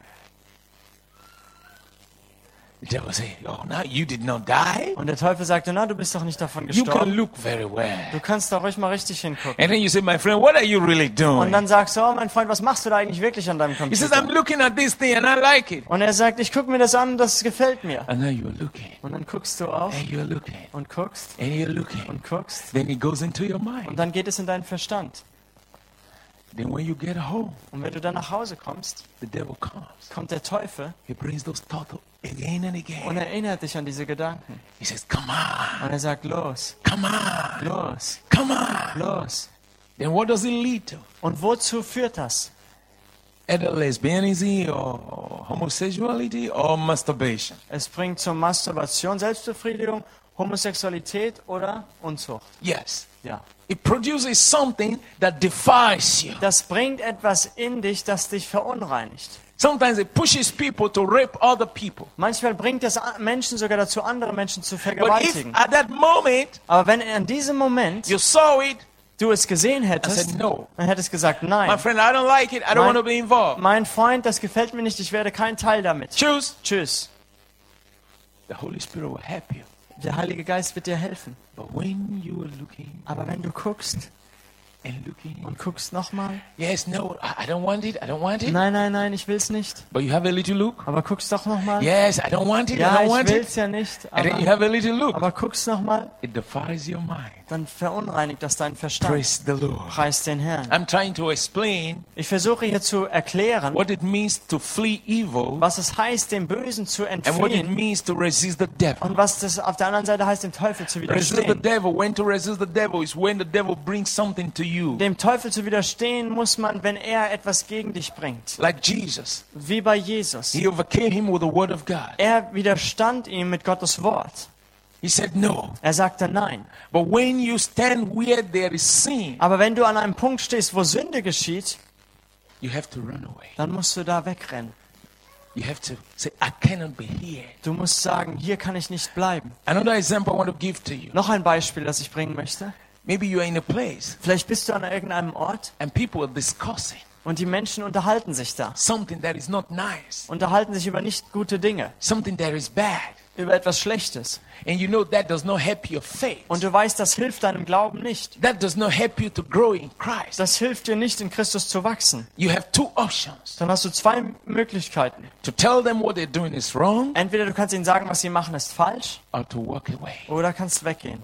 The devil say, oh, now you did not die. Und der Teufel sagte, na, du bist doch nicht davon You can gestorben. look very well. Du kannst da ruhig mal richtig hingucken. And then you say, my friend, what are you really Und doing? dann sagst du, oh mein Freund, was machst du da eigentlich wirklich an deinem He says, I'm Computer? looking at this thing and I like it. Und er sagt, ich guck mir das an, das gefällt mir. And now you're looking. Und dann guckst du auf And you're looking. und guckst And you're looking. und guckst. Then it goes into your Und mind. dann geht es in deinen Verstand. Then when you get home, Und wenn du dann nach Hause kommst, the devil comes. kommt der Teufel He brings those thoughts again and und again. erinnert dich an diese Gedanken. He says, come on, Und er sagt, los, come on, los, come on. los. Then what does it lead to? Und wozu führt das? Either lesbianism or homosexuality or masturbation. Es bringt zur Masturbation, Selbstbefriedigung, Homosexualität oder Unzucht. Yes. Ja. It produces something that defies you. Das bringt etwas in dich, das dich verunreinigt. Sometimes it pushes people to rape other people. Manchmal bringt es a- Menschen sogar dazu, andere Menschen zu But if vergewaltigen. at that moment Aber wenn in diesem Moment you saw it du es gesehen and hättest, said, no, dann hättest du gesagt, my nein, friend, I don't like it. I don't Mein- want to be involved. mein Freund, das gefällt mir nicht, ich werde kein Teil damit. Choose. Tschüss. The Holy Spirit will help you. Der Heilige Geist wird dir helfen. But when you are looking Aber wenn du guckst and looking, und guckst nochmal, yes, no, I I don't want it, I don't want it. nein, nein, nein, ich will's nicht. But you have a little look. Aber guckst doch nochmal. Yes, I don't want it, I Ja, don't ich want it. will's ja nicht. And then you Aber, have a little look. aber guckst nochmal, It defiles your mind. dann verunreinigt das deinen Verstand. Praise the Lord. Preis den Herrn. I'm trying to explain Ich versuche hier zu erklären, what it means to flee evil was es heißt, dem Bösen zu and what it entfliehen means to resist the devil. und was das auf der anderen Seite heißt, dem Teufel zu Resist the widerstehen. devil. When to resist the devil is when the devil brings something to you. Dem Teufel zu widerstehen muss man, wenn er etwas gegen dich bringt. Like Jesus. Wie bei Jesus. He overcame him with the word of God. Er widerstand ihm mit Gottes Wort. He said no. Er sagte nein. But when you stand where there is sin, Aber wenn du an einem Punkt stehst, wo Sünde geschieht, you have to run away. dann musst du da wegrennen. You have to say, I cannot be here. Du musst sagen, hier kann ich nicht bleiben. Another example I want to give to you. Noch ein Beispiel, das ich bringen möchte. Maybe you are in a place Vielleicht bist du an irgendeinem Ort and people are discussing und die Menschen unterhalten sich da. something that is not nice, Unterhalten sich über nicht gute Dinge, something that is bad. über etwas Schlechtes. And you know that does not help your faith. Und du weißt, das hilft deinem Glauben nicht. That does not help you to grow in Christ. Das hilft dir nicht, in Christus zu wachsen. You have two options. Dann hast du zwei Möglichkeiten. To tell them what they're doing is wrong Entweder du kannst ihnen sagen, was sie machen, ist falsch, or to walk away. oder kannst weggehen.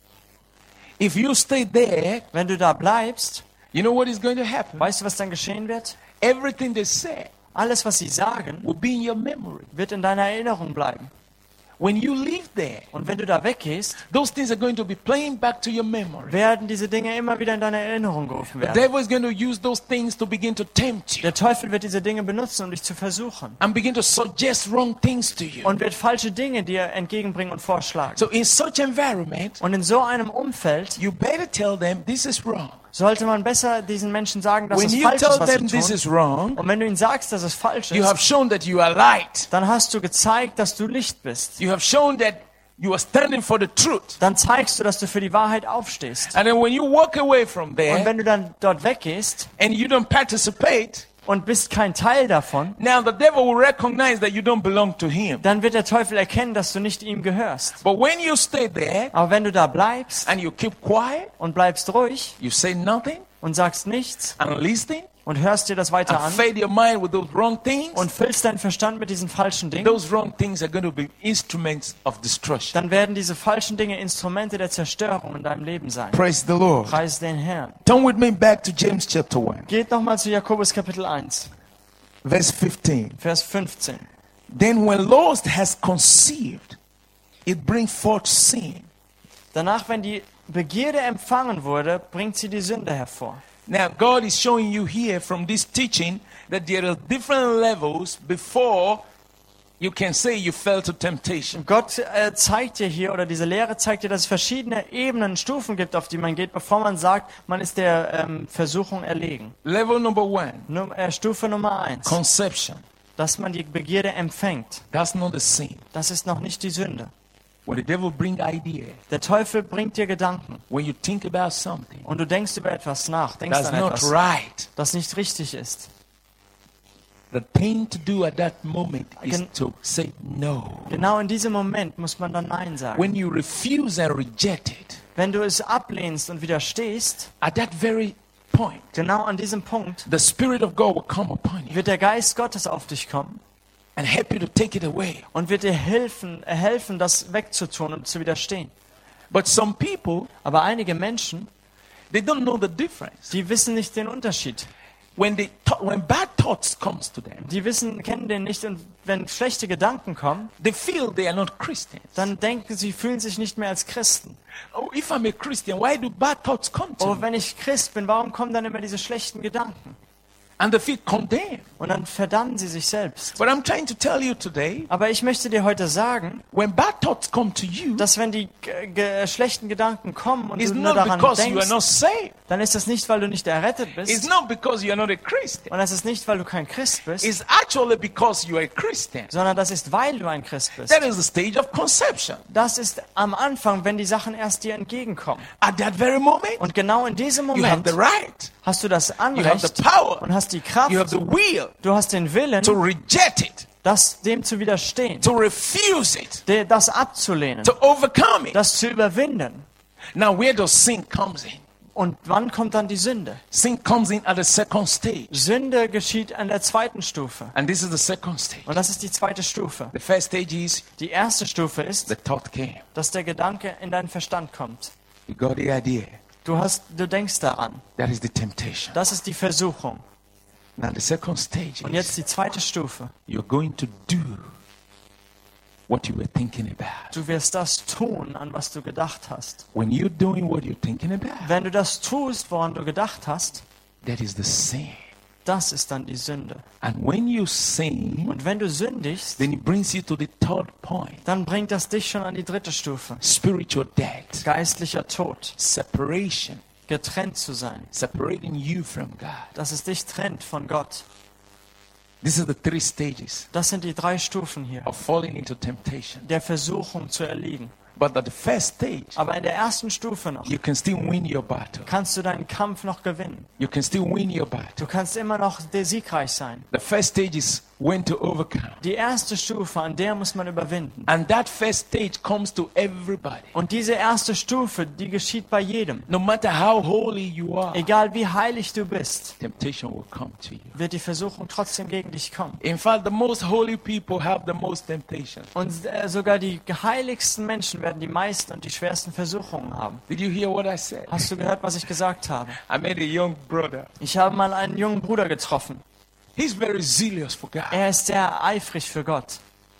If you stay there, Wenn du da bleibst, you know what is going to happen? weißt du, was dann geschehen wird? Everything they say Alles, was sie sagen, will be in your memory. wird in deiner Erinnerung bleiben. When you leave there, Und wenn du da weggehst, those things are going to be playing back to your memory. werden diese Dinge immer wieder in deine Erinnerung gerufen The werden. devil is going to use those things to begin to tempt you Der Teufel wird diese Dinge benutzen, um dich zu versuchen. and begin to suggest wrong things to you. Und wird falsche Dinge dir entgegenbringen und vorschlagen. So in such environment, Und in so einem Umfeld you better tell them this is wrong. sollte man besser diesen Menschen sagen, dass When es you falsch tell ist, was sie them this tun. is wrong, Und wenn du ihnen sagst, dass es falsch you have ist, shown that you are light. dann hast du gezeigt, dass du Licht bist. You have shown that you are standing for the truth. Dann zeigst du, dass du für die Wahrheit aufstehst. And then when you walk away from Und there wenn du dann dort weggehst and you don't participate, und bist kein Teil davon, now the devil will recognize that you don't belong to him. dann wird der Teufel erkennen, dass du nicht ihm gehörst. But when you stay there Aber wenn du da bleibst and you keep quiet, und bleibst ruhig you say nothing und sagst nichts and listening und hörst dir das weiter and an fade your mind with those wrong things, und füllst deinen Verstand mit diesen falschen Dingen, those wrong things are going to be instruments of destruction. dann werden diese falschen Dinge Instrumente der Zerstörung in deinem Leben sein. Praise the Lord. Preis den Herrn. Turn with me back to James chapter one, Geht nochmal zu Jakobus Kapitel eins, verse fifteen. Vers fünfzehn. Then when lust has conceived, it brings forth sin. Danach, wenn die Begierde empfangen wurde, bringt sie die Sünde hervor. Now, God is showing you here from this teaching that there are different levels before you can say you fell to temptation. Gott äh, zeigt dir hier, oder diese Lehre zeigt dir, dass es verschiedene Ebenen, Stufen gibt, auf die man geht, bevor man sagt, man ist der ähm, Versuchung erlegen. Level number one, Num äh, Stufe Nummer eins, conception. dass man die Begierde empfängt. That's not the sin. Das ist noch nicht die Sünde. When the devil bring idea, Der Teufel bringt dir Gedanken when you think about something und du denkst über etwas nach, denkst that's an not etwas, right, das nicht richtig ist. the thing to do at that moment is Gen- to say no. Genau in diesem Moment muss man dann Nein sagen. When you refuse and reject it, Wenn du es ablehnst und widerstehst, at that very point, genau an diesem Punkt the Spirit of God will come upon you wird der Geist Gottes auf dich kommen and help you to take it away. und wird dir helfen, äh, helfen, das wegzutun und zu widerstehen. But some people, Aber einige Menschen, they don't know the difference. die wissen nicht den Unterschied. When they th- when bad thoughts comes to them, Die wissen, kennen den nicht, und wenn schlechte Gedanken kommen, they feel they are not Christians. dann denken sie, fühlen sich nicht mehr als Christen. Oh, if I'm a Christian, why do bad thoughts come to Oh, me? wenn ich Christ bin, warum kommen dann immer diese schlechten Gedanken? And they feel condemned. Und dann verdammen sie sich selbst. But I'm trying to tell you today, Aber ich möchte dir heute sagen, when bad thoughts come to you, dass wenn die ge ge schlechten Gedanken kommen und it's du nur not daran because you are denkst, not saved. dann ist das nicht, weil du nicht errettet It's bist. not because you are not a Christian. Und das ist nicht, weil du kein Christ bist, It's actually because you are a Christian. sondern das ist, weil du ein Christ bist. That is the stage of conception. Das ist am Anfang, wenn die Sachen erst dir entgegenkommen. At that very moment, Und genau in diesem you have Moment the right, hast du das you have Anrecht the power, und hast die you have Kraft, the will du hast den Willen, to reject it das dem zu widerstehen, to refuse it, de- das abzulehnen, to overcome it. das zu überwinden. Now, where does sin comes in? Und wann kommt dann die Sünde? Sin comes in at the second stage. Sünde geschieht an der zweiten Stufe. And this is the second stage. Und das ist die zweite Stufe. The first stage is Die erste Stufe ist, the thought came. dass der Gedanke in deinen Verstand kommt. You got the idea. Du hast, du denkst daran. That is the temptation. Das ist die Versuchung. Now, the second stage Und is jetzt die zweite Stufe. you're going to do what you were thinking about. Du wirst das tun, an was du gedacht hast. When you're doing what you're thinking about, Wenn du das tust, woran du gedacht hast, that is the sin. das ist dann die Sünde. And when you sin, Und wenn du sündigst, then it brings you to the third point. dann bringt das dich schon an die dritte Stufe. Spiritual death, Geistlicher Tod. separation, Getrennt zu sein. separating you from God. Dass es dich trennt von Gott. These are the three stages Das sind die drei Stufen hier. of falling into temptation. Der Versuchung zu erliegen. But at the first stage, Aber in der ersten Stufe noch you can still win your battle. kannst du deinen Kampf noch gewinnen. You can still win your battle. Du kannst immer noch der siegreich sein. The first stage is when to overcome. Die erste Stufe, an der muss man überwinden. And that first stage comes to everybody. Und diese erste Stufe, die geschieht bei jedem. No matter how holy you are, Egal wie heilig du bist, temptation will come to you. wird die Versuchung trotzdem gegen dich kommen. In fact, the most holy people have the most temptation. Und äh, sogar die heiligsten Menschen werden die meisten und die schwersten Versuchungen haben. Did you hear what I said? Hast du gehört, was ich gesagt habe? I met a young brother. Ich habe mal einen jungen Bruder getroffen. He's very zealous for God. Er ist sehr eifrig für Gott.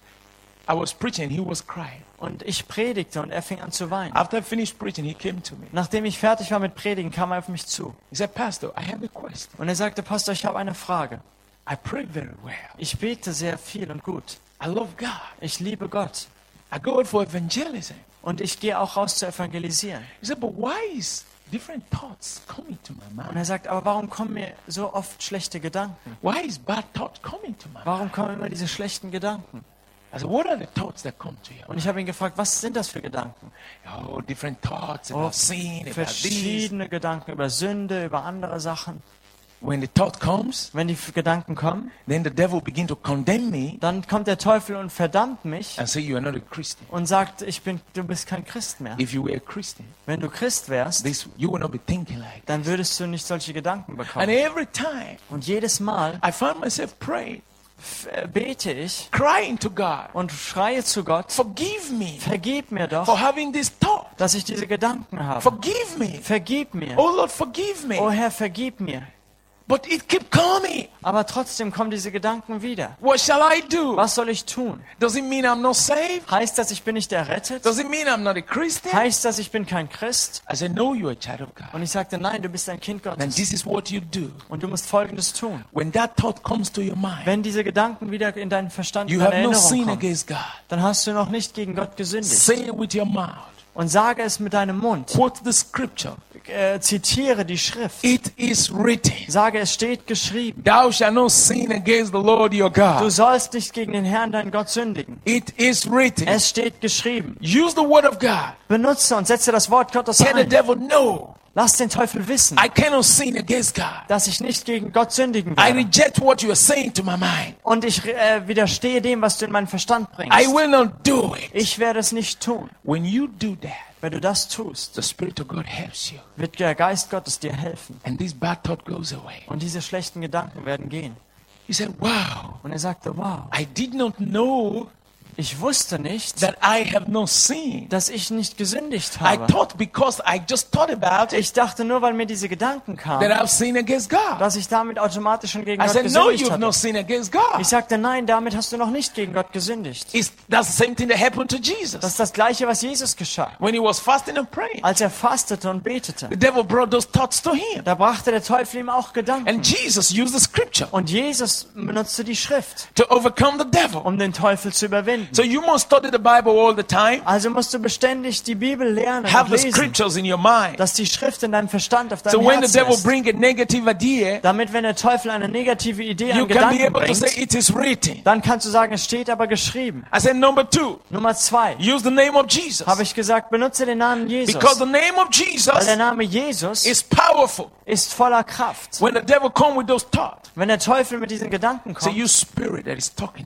I was preaching, he was crying. Und ich predigte und er fing an zu weinen. After I finished preaching, he came to me. Nachdem ich fertig war mit Predigen, kam er auf mich zu. He said, Pastor, I have a question. Und er sagte, Pastor, ich habe eine Frage. I pray very well. Ich bete sehr viel und gut. I love God. Ich liebe Gott. I go out for evangelism. Und ich gehe auch raus zu evangelisieren. He said, but why is different thoughts coming to my Und mind? er sagt, aber warum kommen mir so oft schlechte Gedanken? Why is bad thought coming to my mind? Warum kommen immer diese schlechten Gedanken? I said, what are the thoughts that come to you? Und ich habe ihn gefragt, was sind das für Gedanken? Oh, different thoughts Oh, about sin, about this. verschiedene Gedanken über Sünde, über andere Sachen. When the thought comes, Wenn die Gedanken kommen, then the devil begin to condemn me dann kommt der Teufel und verdammt mich and say you are not a Christian. und sagt, ich bin, du bist kein Christ mehr. If you were a Christian, Wenn du Christ wärst, this you will not be thinking like dann würdest du nicht solche Gedanken And bekommen. every time Und jedes Mal I found myself praying, f- äh, bete ich crying to God, und schreie zu Gott, forgive me vergib mir for doch, having this thought. dass ich diese Gedanken habe. Forgive me. Vergib mir. Oh Lord, forgive me. Oh Herr, vergib mir. But it kept coming. Aber trotzdem kommen diese Gedanken wieder. What shall I do? Was soll ich tun? Does it mean I'm not saved? Heißt das, ich bin nicht errettet? Does it mean I'm not a Christian? Heißt das, ich bin kein Christ? I said, no, you're a child of God. Und ich sagte, nein, du bist ein Kind And Gottes. this is what you do. Und du musst Folgendes tun. When that thought comes to your mind, Wenn diese Gedanken wieder in deinen Verstand, in you deine have no Erinnerung sin kommen, against God. dann hast du noch nicht gegen Gott gesündigt. Say it with your mouth. Und sage es mit deinem Mund. Quote the scripture. Äh, zitiere die Schrift. It is written, Sage, es steht geschrieben. thou shalt not sin against the Lord your Du God. sollst nicht gegen den Herrn, deinen Gott, sündigen. It is written. Es steht geschrieben. Use the word of God. Benutze und setze das Wort Gottes Tell the ein. devil, no, Lass den Teufel wissen, I cannot sin against God. dass ich nicht gegen Gott sündigen I werde. reject what you are saying to my mind. Und ich äh, widerstehe dem, was du in meinen Verstand bringst. I will not do it. Ich werde es nicht tun. When you do that, Wenn du das tust, the Spirit of God helps you. wird der Geist Gottes dir helfen. And this bad thought goes away. Und diese schlechten Gedanken werden gehen. He said, wow, Und er sagte, wow, I did not know ich wusste nicht, that I have not sinned. dass ich nicht gesündigt I habe. thought because I just thought about it Ich dachte nur, weil mir diese Gedanken that kamen, I've sinned against God. dass ich damit automatisch schon gegen I Gott said, no, gesündigt you've not hatte. sinned against God. Ich sagte, nein, damit hast du noch nicht gegen Gott gesündigt. It's, that's the same thing that happened to Jesus. Das ist das Gleiche, was Jesus geschah. When he was fasting and praying, Als er fastete und betete, the devil brought those thoughts to him. da brachte der Teufel ihm auch Gedanken. And Jesus used the scripture Und Jesus benutzte die Schrift, to overcome the devil. um den Teufel zu überwinden. So you must study the Bible all the time. Also musst du beständig die Bibel lernen Have und the lesen, scriptures in your mind. dass die Schrift in deinem Verstand auf deinem So when the Herzen devil ist. bring a negative idea, Damit, wenn der Teufel eine negative Idee you an can be Gedanken able to say bringt, it is written. dann kannst du sagen, es steht aber geschrieben. I said number two, Nummer zwei, use the name of Jesus. habe ich gesagt, benutze den Namen Jesus. Because the name of Weil Jesus der Name Jesus is powerful. ist voller Kraft. When the devil come with those thoughts, Wenn der Teufel mit diesen Gedanken say kommt, you spirit that is talking to me.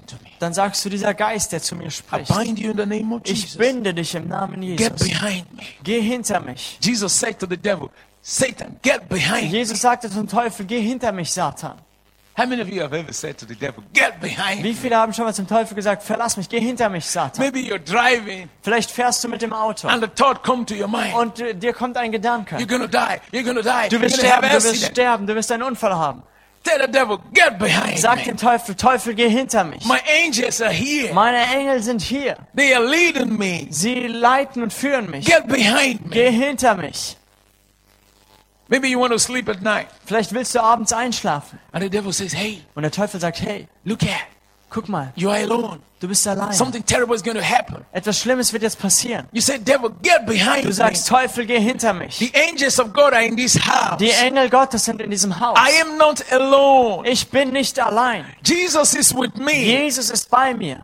dann sagst du, dieser Geist, der zu mir I spricht, bind you in the name of ich Jesus. binde dich im Namen Get Jesus. behind me. Geh hinter mich. Jesus said to the devil, Satan, get behind me. Jesus sagte zum Teufel, geh hinter mich, Satan. How many of you have ever said to the devil, get behind Wie me? viele haben schon mal zum Teufel gesagt, verlass mich, geh hinter mich, Satan. Maybe you're driving Vielleicht fährst du mit dem Auto and the thought come to your mind. und äh, dir kommt ein Gedanke. You're gonna die. You're gonna die. Du You're wirst gonna have sterben, an du wirst accident. sterben, du wirst einen Unfall haben. Tell the devil, get behind Sag me. dem Teufel, Teufel, geh hinter mich. My angels are here. Meine Engel sind hier. They are leading me. Sie leiten und führen mich. Get behind me. Geh hinter mich. Maybe you want to sleep at night. Vielleicht willst du abends einschlafen. And the devil says, hey, Und der Teufel sagt, hey, look at, guck mal, you are alone. du bist allein. Something terrible is going to happen. Etwas Schlimmes wird jetzt passieren. You say, devil, get behind Du me. sagst, Teufel, geh hinter mich. The angels of God are in this house. Die Engel Gottes sind in diesem Haus. I am not alone. Ich bin nicht allein. Jesus is with me. Jesus ist bei mir.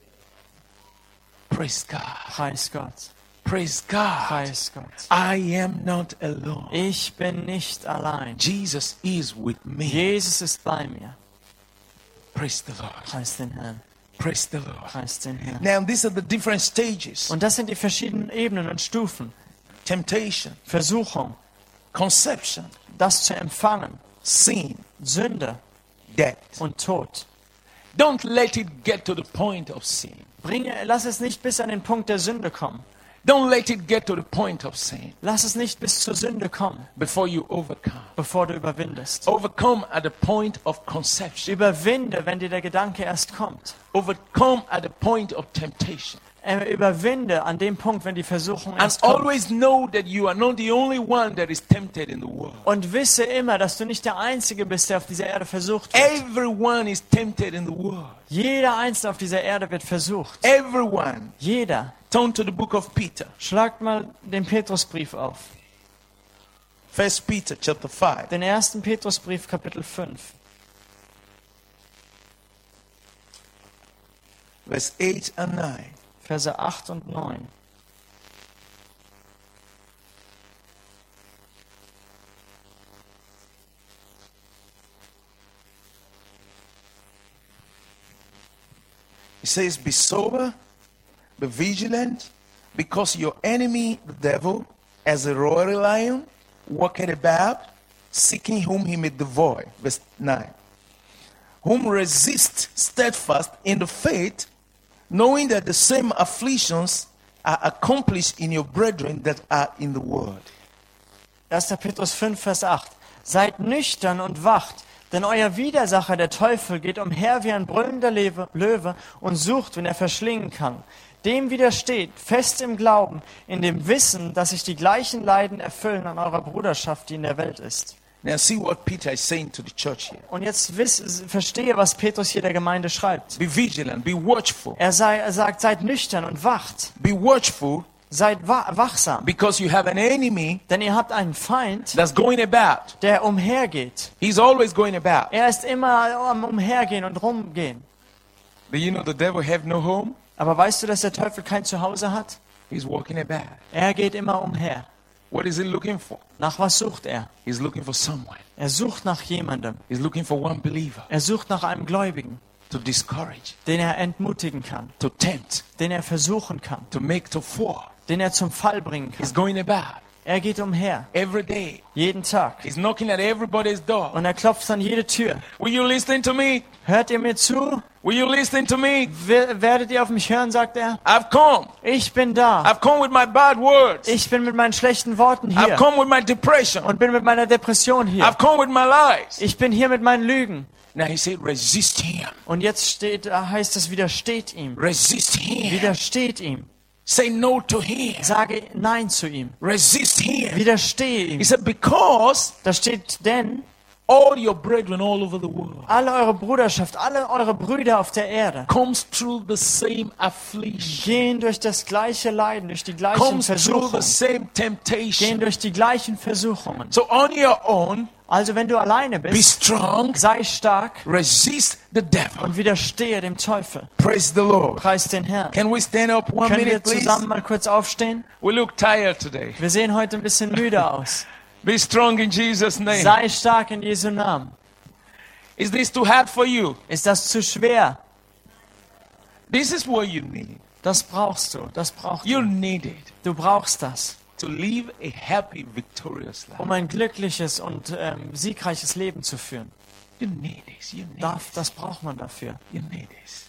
Praise God. Preis Gott. Praise God. Preis Gott. I am not alone. Ich bin nicht allein. Jesus is with me. Jesus ist bei mir. Praise the Lord. Preis den Herrn. Praise the Lord. Preis den Herrn. Now, these are the different stages. Und das sind die verschiedenen Ebenen und Stufen. Temptation, Versuchung, conception, das zu empfangen, sin, Sünde death. und Tod. Don't let it get to the point of sin. Bringe, lass es nicht bis an den Punkt der Sünde kommen. Don't let it get to the point of sin Lass es nicht bis zur Sünde kommen, before you overcome. bevor du überwindest. Overcome at the point of conception. Überwinde, wenn dir der Gedanke erst kommt. Overcome at the point of temptation. Äh, Überwinde an dem Punkt, wenn die Versuchung And erst kommt. always know that you are not the only one that is tempted in the world. Und wisse immer, dass du nicht der Einzige bist, der auf dieser Erde versucht wird. Everyone is tempted in the world. Jeder Einzelne auf dieser Erde wird versucht. Everyone. Jeder. Turn to the book of Peter. Schlagt mal den Petrusbrief auf. First Peter chapter five. Den ersten Petrusbrief, Kapitel fünf. Verse eight and nine. Verse acht und neun. It says, be sober, be vigilant, because your enemy, the devil, as a roaring lion, walketh about, seeking whom he may devour. Verse nine. Whom resist steadfast in the faith, knowing that the same afflictions are accomplished in your brethren that are in the world. erster Petrus fünf, Vers acht. Seid nüchtern und wacht, denn euer Widersacher, der Teufel, geht umher wie ein brüllender Lewe- Löwe und sucht, wen er verschlingen kann. Dem widersteht, fest im Glauben, in dem Wissen, dass sich die gleichen Leiden erfüllen an eurer Bruderschaft, die in der Welt ist. Now see what Peter is saying to the church here. Und jetzt wiss, verstehe, was Petrus hier der Gemeinde schreibt. Be vigilant, be watchful. Er, sei, er sagt, seid nüchtern und wacht. Be watchful Seid wa wachsam. because you have an enemy Denn ihr habt einen Feind, that's going about. der umhergeht. He's always going about. Er ist immer am Umhergehen und Rumgehen. Do you know the devil have no home? Aber weißt du, dass der Teufel kein Zuhause hat? He's walking about. Er geht immer umher. What is he looking for? Nach was sucht er? He's looking for someone. Er sucht nach jemandem. He's looking for one believer Er sucht nach einem Gläubigen, to discourage, den er entmutigen kann, to tempt, den er versuchen kann, to make to fall. den er zum Fall bringen He's kann. going about Er geht umher, every day. jeden Tag. He's knocking at everybody's door. Und er klopft an jede Tür. Will you listen to me? Hört ihr mir zu? Will you listen to me? Wer- Werdet ihr auf mich hören, sagt er. I've come. Ich bin da. I've come with my bad words. Ich bin mit meinen schlechten Worten I've hier. come with my depression. Und bin mit meiner Depression hier. I've come with my lies. Ich bin hier mit meinen Lügen. Now he said, resist him. Und jetzt steht, äh, heißt es, widersteht ihm. Resist him. Widersteht ihm. Say no to him. Sage Nein zu ihm. Resist him. Widerstehe He ihm. said, because Da steht, denn all your brethren all over the world alle eure Bruderschaft, alle eure Brüder auf der Erde comes through the same affliction, gehen durch das gleiche Leiden, durch die gleichen comes through the Versuchungen, same gehen temptation. durch die gleichen Versuchungen. So on your own, Also wenn du alleine be bist, strong, sei stark resist the devil. und widerstehe dem Teufel. Praise the Lord. Preis den Herrn. Can we stand up one Können wir minute, please? zusammen mal kurz aufstehen? We look tired today. Wir sehen heute ein bisschen müde aus. Be strong in Jesus' name. Sei stark in Jesu Namen. Is this too hard for you? Ist das zu schwer? This is what you need. Das brauchst du. Das brauchst You du. need it Du brauchst das, to live a happy, victorious life. um ein glückliches und ähm, siegreiches Leben zu führen. You need this. You need Das, this. das braucht man dafür. You need this.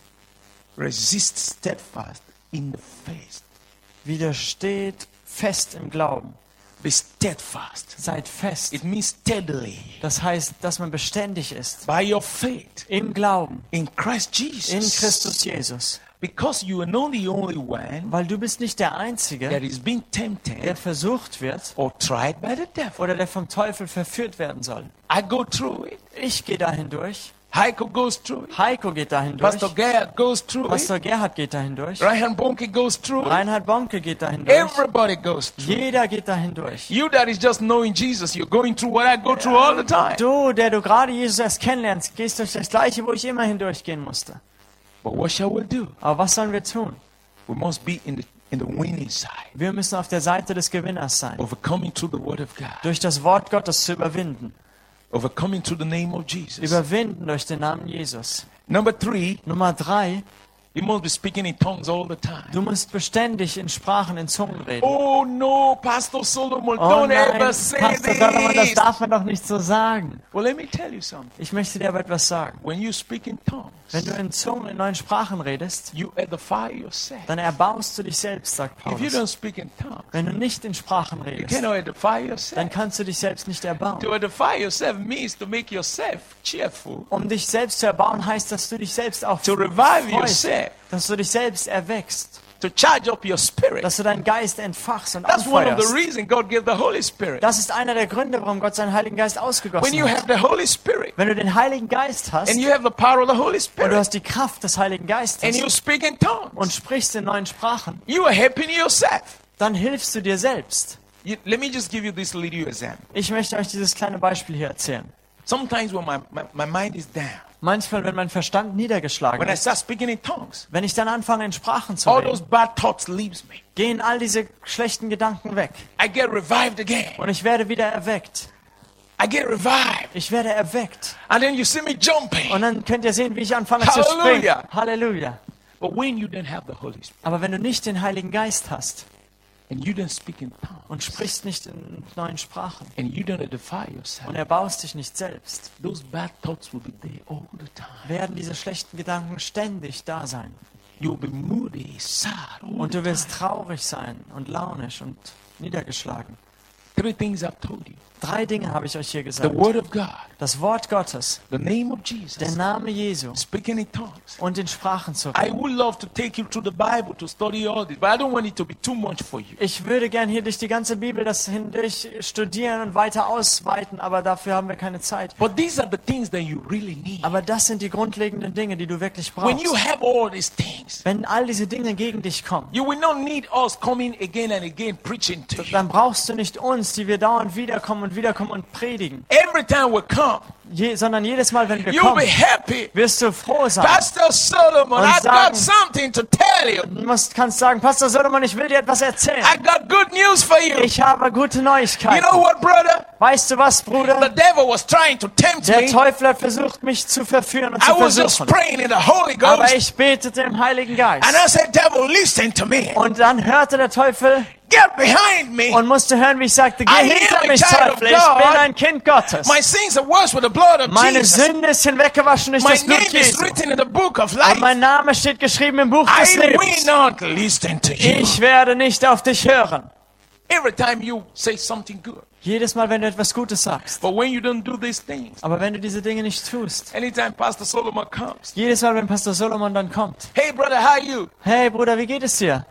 Resist steadfast in the faith. Widersteht fest im Glauben. Be steadfast. Seid fest. It means steadily. Das heißt, dass man beständig ist. By your faith Im Glauben. in Christ Jesus. In Christus Jesus. Because you are not the only one Weil du bist nicht der that Einzige, is being der tempted versucht wird or tried by the devil. oder der vom Teufel verführt werden soll. I go through it. Ich gehe dahin durch. Heiko goes through it. Heiko geht dahin durch. Pastor Gerhard goes through it. Pastor Gerhard geht dahin durch. Reinhard Bonke goes through it. Reinhard Bonke geht dahin durch. Everybody goes through it. Jeder geht dahin durch. You that is just knowing Jesus, you're going through what I go through all the time. Du, der du gerade Jesus erst kennenlernst, gehst durch das Gleiche, wo ich immer hindurchgehen musste. But what shall we do? Aber was sollen wir tun? We must be in the in the winning side, Wir müssen auf der Seite des Gewinners sein. overcoming through the word of God, Durch das Wort Gottes zu überwinden. overcoming through the name of Jesus. Überwinden durch den Namen Jesus. Number three, Nummer drei, you must be speaking in tongues all the time. du musst beständig in Sprachen, in Zungen reden. Oh no, Pastor Solomon, Oh don't nein, ever say Pastor Solomon, das this. darf man doch nicht so sagen. Well, let me tell you something. Ich möchte dir aber etwas sagen. When you speak in tongues, Wenn du in Zungen, in neuen Sprachen redest, you edify yourself. dann erbaust du dich selbst, sagt If you Paulus. don't speak in tongues, Wenn du nicht in Sprachen you redest, cannot edify yourself. dann kannst du dich selbst nicht erbauen. To edify yourself means to make yourself cheerful, Um dich selbst zu erbauen, heißt, dass du dich selbst auch to revive freust, yourself, dass du dich selbst erwächst, to charge up your spirit. dass du deinen Geist entfachst und That's one of the anfeuerst. reasons God gave the Holy Spirit. Das ist einer der Gründe, warum Gott seinen Heiligen Geist When ausgegossen you hat. have the Holy Spirit Wenn du den Heiligen Geist hast and you have the power of the Holy und du Spirit hast die Kraft des Heiligen and Geistes you speak in tongues, und sprichst in neuen Sprachen, you are helping yourself. dann hilfst du dir selbst. You, let me just give you this little example. Ich möchte euch dieses kleine Beispiel hier erzählen. Sometimes when my, my, my mind is down, Manchmal, wenn mein Verstand niedergeschlagen when I ist, start speaking in tongues, wenn ich dann anfange, in Sprachen zu all those reden, bad thoughts leaves me. gehen all diese schlechten Gedanken weg. I get revived again. Und ich werde wieder erweckt. I get revived. Ich werde erweckt. And then you see me jumping. Und dann könnt ihr sehen, wie ich anfange zu springen. Halleluja. Halleluja. But when you don't have the Holy Spirit Aber wenn du nicht den Heiligen Geist hast and you don't speak in tongues und sprichst nicht in neuen Sprachen and you don't edify und yourself, erbaust dich nicht selbst, those bad thoughts will be there all the time. werden diese schlechten Gedanken ständig da sein. You'll be moody, sad. all Und the du wirst time. traurig sein und launisch und niedergeschlagen. Three things I've told you. Drei Dinge habe ich euch hier The gesagt. word of God, Das Wort Gottes, the name of der Jesus, Name Jesu speaking in tongues. und in Sprachen zu I reden. would love to take you through the Bible to study all this, but I don't want it to be too much for you. Ich würde gern hier durch die ganze Bibel das hindurch studieren und weiter ausweiten, aber dafür haben wir keine Zeit. But these are the things that you really need. Aber das sind die grundlegenden Dinge, die du wirklich When you brauchst. have all these things, Wenn all diese Dinge gegen dich kommen, you will not need us coming again and again preaching to you. dann brauchst du nicht uns, die wir dauernd wiederkommen und wiederkommen und predigen, Every time we come, Je, sondern jedes Mal, wenn wir you'll be kommen, happy. wirst du froh sein. Pastor Solomon, Und I've sagen- got something to tell you. Du musst, kannst sagen, Pastor Solomon, ich will dir etwas erzählen. I got good news for you. Ich habe gute You Neuigkeiten. know what, brother? Weißt du was, The Bruder? devil was trying to tempt Der me. Teufel hat versucht, mich zu verführen und I zu was just versuchen. praying in the Holy Aber Ghost. ich betete im Heiligen Geist. And I said, devil, listen to me. Und dann hörte der Teufel Get behind me. und musste hören, wie ich sagte, geh I am hinter a mich, child of Teufel, ich God. bin ein Kind Gottes. My sins are washed with the blood of Meine Jesus. Sünde ist hinweggewaschen durch My das Blut name is Jesu. written in the book of Und life. mein Name steht geschrieben im Buch des I will Lebens. not listen to you. Ich werde nicht auf dich hören. Every time you say something good. Jedes Mal, wenn du etwas Gutes sagst. But when you don't do these things, Aber wenn du diese Dinge nicht tust, anytime Pastor Solomon comes, jedes Mal, wenn Pastor Solomon dann kommt, hey brother, how are you? hey Bruder, wie geht es dir?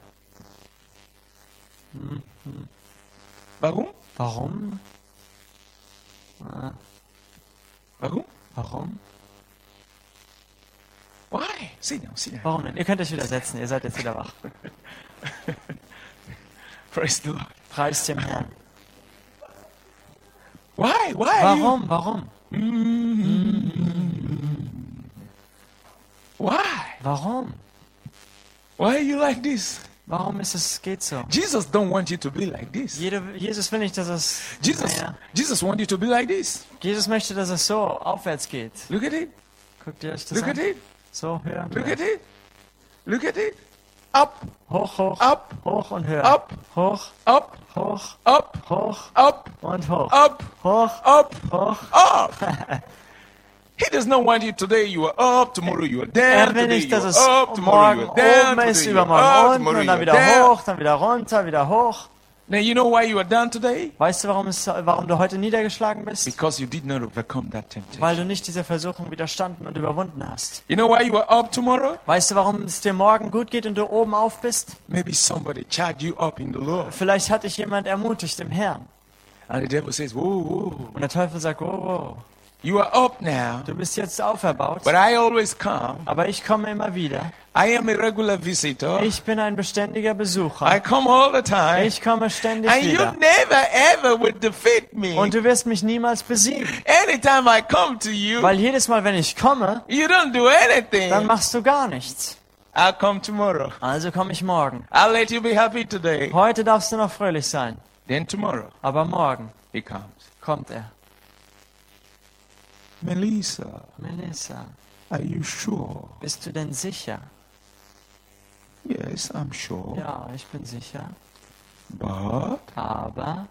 Warum? Warum? Warum? Warum? Why? Sit down, sit down. Warum denn? Ihr könnt euch wieder setzen, ihr seid jetzt wieder wach. Praise the Lord. Preist dem Herrn. Why? Why? are you- Warum? Warum? Why? Warum? Why are you like this? Warum ist es, geht so? Jesus don't want you to be like this. Jede, Jesus will nicht, dass es, Jesus, naja, Jesus want you to be like this. Jesus möchte, dass es so aufwärts geht. Look at it. Guckt ihr euch das Look at an? it. So hören. Look at it. Look at it. Up, Hoch, hoch, up, hoch und höher. up, Hoch, up, hoch, up, hoch up, und hoch. up, Hoch, up, hoch. up. He does not want you today. You are up. Tomorrow you are down. Er will Today nicht, you dass are es up. Tomorrow you morgen are down. oben ist, Today you are übermorgen up. unten Tomorrow und you dann are wieder down. hoch, dann wieder runter, wieder hoch. Now you know why you are down today? Weißt du, warum, es, warum du heute niedergeschlagen bist? Because you did not overcome that temptation. Weil du nicht dieser Versuchung widerstanden und überwunden hast. You know why you are up tomorrow? Weißt du, warum es dir morgen gut geht und du oben auf bist? Maybe somebody charged you up in the Lord. Vielleicht hat dich jemand ermutigt im Herrn. And the devil says, whoa, whoa. Und der Teufel sagt, oh, oh, You are up now. du bist jetzt auferbaut. But I always come. Aber ich komme immer wieder. I am a regular visitor. Ich bin ein beständiger I Besucher. come all the time. Ich komme ständig And you wieder. never ever would defeat me. Und du wirst mich niemals besiegen. Anytime I come to you, Weil jedes Mal, wenn ich komme, you don't do anything. dann machst du gar nichts. I'll come tomorrow. Also komme ich morgen. I'll let you be happy today. Heute darfst du noch fröhlich sein. Then tomorrow Aber morgen he comes. kommt er. Melissa, Melissa, are you sure? bist du denn sicher? Yes, I'm sure. Ja, ich bin sicher. But Aber,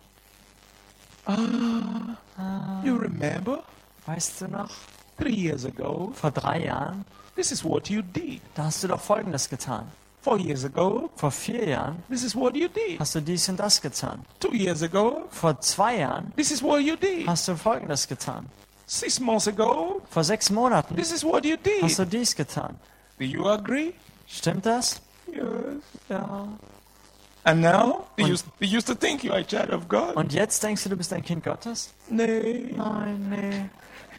you remember weißt du noch, three years ago, vor drei Jahren, this is what you did. da hast du doch Folgendes getan. Four years ago, Vor vier Jahren this is what you did. hast du dies und das getan. Two years ago, Vor zwei Jahren this is what you did. hast du Folgendes getan. Six months ago, Vor sechs Monaten this is what you hast did. du dies getan. Do you agree? Stimmt das? Yes. Ja. And now, you used, you used to think you are a child of God? Und jetzt denkst du, du bist ein Kind Gottes? Nee. Nein, nee.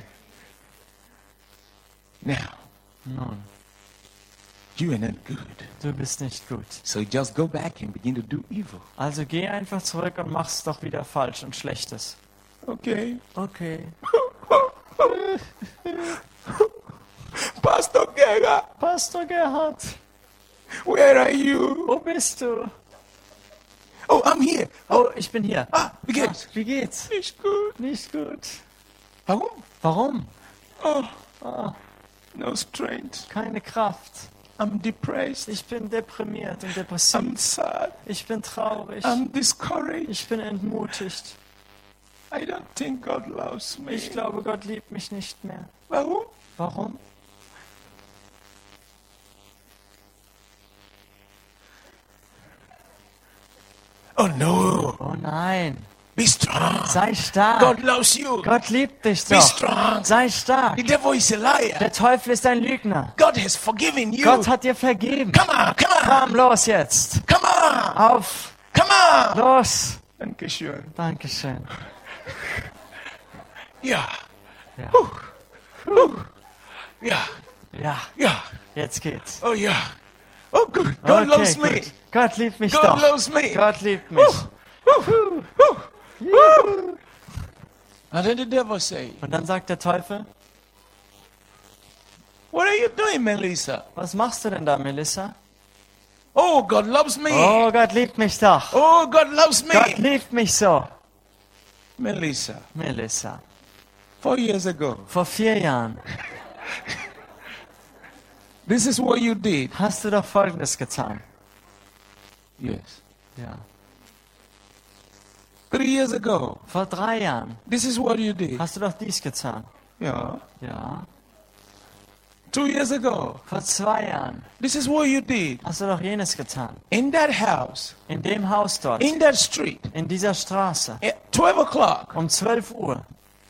Now, Nun, you are not good. du bist nicht gut. So just go back and begin to do evil. Also geh einfach zurück und mach's doch wieder falsch und Schlechtes. Okay. Okay. Pastor Gera, Pastor Gerhard, where are you? wo bist du? Oh, I'm here. Oh, ich bin hier. Ah, wie geht's? Wie geht's? Nicht gut. Nicht gut. Warum? Warum? Oh, no strength. Keine Kraft. I'm depressed. Ich bin deprimiert und depressiv. I'm sad. Ich bin traurig. I'm discouraged. Ich bin entmutigt. I don't think God loves me. Ich glaube, Gott liebt mich nicht mehr. Warum? Warum? Oh no. Oh nein. Be strong. Sei stark. God loves you. Gott liebt dich Be doch. strong. Sei stark. The devil is a liar. Der Teufel ist ein Lügner. God has forgiven you. Gott hat dir vergeben. Come on, come on. Komm, los jetzt. Come on. Auf. Come on. Los. Dankeschön. Dankeschön. Ja. Ja. Ja. Ja, Ja. jetzt geht's. Oh ja. Oh good. God loves me. gut. Gott liebt mich God doch. loves me. Gott liebt mich. And then the devil say, Und dann sagt der Teufel, what are you doing, Melissa? was machst du denn da, Melissa? Oh, God loves me. Oh, Gott liebt mich doch. Oh, God loves me. Gott liebt mich so. Melissa, Melissa, four years ago, vor vier Jahren this is what you did. hast du doch Folgendes getan. Yes. Ja. Three years ago, Vor drei Jahren this is what you did. hast du doch dies getan. Yeah. Ja. Two years ago, Vor zwei Jahren this is what you did. hast du doch jenes getan. In that house, In dem Haus dort, in that street, in dieser Straße, at twelve o'clock, um zwölf Uhr,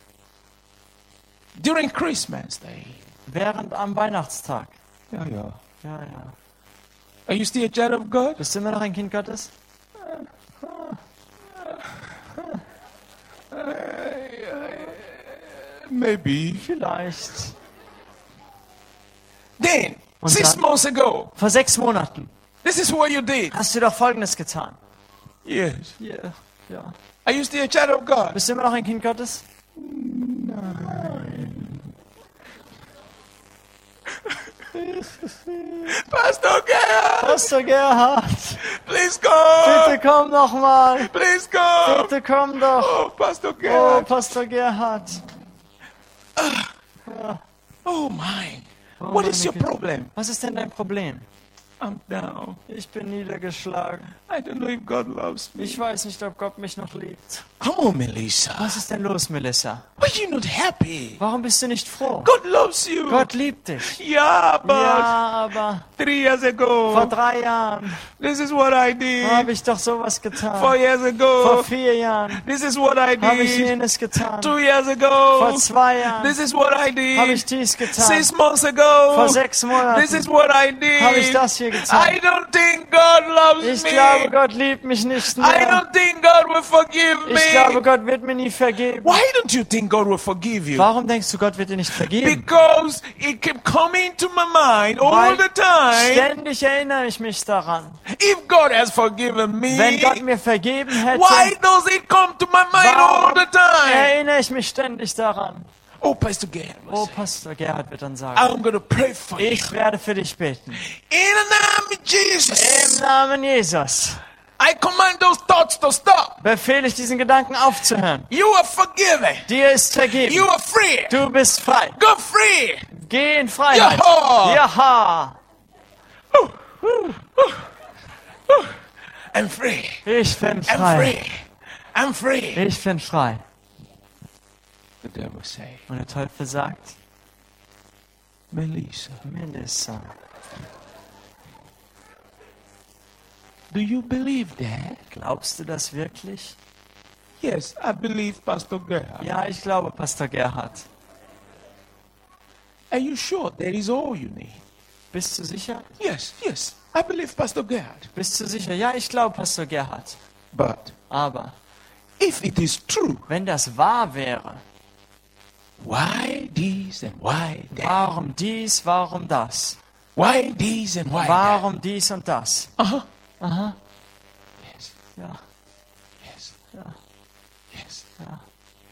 during Christmas Day. während am Weihnachtstag. Yeah, yeah. Ja, ja. Are you still a child of God? Bist du immer noch ein Kind Gottes? Maybe. Vielleicht. Then, Und six dann? months ago, Vor sechs Monaten this is what you did. hast du doch Folgendes getan. Yes. Ja, ja. Are you still a child of God? Bist du immer noch ein Kind Gottes? Pastor Gerd, Pastor Gerhard, please come. bitte komm noch mal. Please come. Bitte komm doch. Oh, Pastor Oh, Gerd. Pastor Gerhard. Oh, my. Oh, What is meine your Güte. problem? Was ist denn dein Problem? I'm down. Ich bin niedergeschlagen. I don't know if God loves me. Ich weiß nicht, ob Gott mich noch liebt. Come on, Melissa. Was ist denn los, Melissa? Why are you not happy? Warum bist du nicht froh? God loves you. Gott liebt dich. Yeah, but Ja, aber three years vor ago, drei Jahren this is what I did. habe ich doch sowas Four getan. years Vor ago, vier Jahren this is what I habe ich did. jenes getan. Two years Vor ago, zwei Jahren this is what I habe ich did. dies getan. Six months Vor ago, sechs this Monaten is what I habe ich did. das hier I getan. don't think God loves Ich glaube, me. Gott liebt mich nicht I mehr. don't think God will forgive Ich glaube, me. Gott wird mir nie vergeben. Why don't you think God will forgive you? Warum denkst du, Gott wird dir nicht vergeben? Because it kept coming to my mind all Weil the time. ständig erinnere ich mich daran. If God has forgiven Wenn me, Gott mir vergeben hätte, why does it come to my mind all warum the time? erinnere ich mich ständig daran? Oh, Pastor Gerhard, Oh, Pastor Gerhard wird dann sagen, I'm going to pray for you. ich werde für dich beten. In the name of Jesus, Im Namen Jesus I command those thoughts to stop. befehle ich diesen Gedanken aufzuhören. You are forgiven. Dir ist vergeben. You are free. Du bist frei. Go free. Geh in Freiheit. Jaha. Jaha. I'm free. Ich bin I'm frei. free. I'm free. Ich bin frei. The devil say, Und der Teufel sagt, Melissa, Melissa, do you believe that? glaubst du das wirklich? Yes, I believe Pastor Gerhard. Ja, ich glaube, Pastor Gerhard. Are you sure that is all you need? Bist du sicher? Yes, yes, I believe Pastor Gerhard. Bist du sicher? Ja, ich glaube, Pastor Gerhard. But Aber if it is true, wenn das wahr wäre, why this and why that? warum dies, warum das? Why this and why that? Warum dies und das? Uh-huh. Aha, Yes, ja, yes, ja, yes. ja.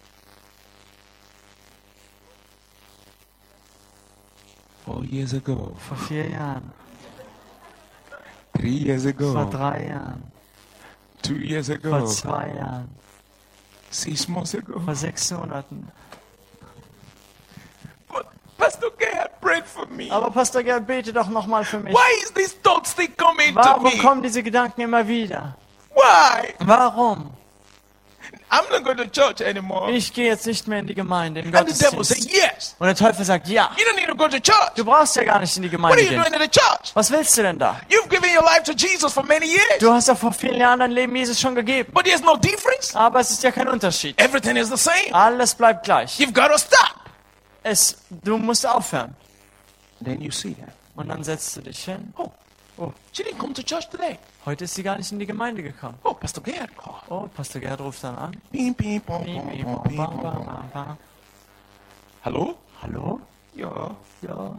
Four years ago, Vor vier Jahren, three years vor ago, drei Jahren, two years vor ago, zwei Jahren, six months ago. vor sechs Monaten. But Pastor Gerhard prayed for me. Aber Pastor Gerhard, bete doch nochmal für mich. Why is this thought still coming to Warum me? kommen diese Gedanken immer wieder? Why? Warum? I'm not going to church anymore. Ich gehe jetzt nicht mehr in die Gemeinde, in And the devil said, Gottesdienst. yes. Und der Teufel sagt, ja, You don't need to go to church. du brauchst ja gar nicht in die What Gemeinde are you gehen. doing in the church? Was willst du denn da? You've given your life to Jesus for many years. Du hast ja vor vielen Jahren dein Leben Jesus schon gegeben. But there's no difference. Aber es ist ja kein Unterschied. Everything is the same. Alles bleibt gleich. You've got to stop. Es, du musst aufhören. Then you see that. Und dann setzt du dich hin. Oh, Oh, she didn't come to church today. heute ist sie gar nicht in die Gemeinde gekommen. Oh, Pastor Gerhard called. Oh, Pastor Gerhard ruft dann an. Ping, ping, pong, Piep, pong, piep, pong, bam, ping, bam, pong, bam, pong. bam, bam. Hello? Hallo? Yeah. Ja.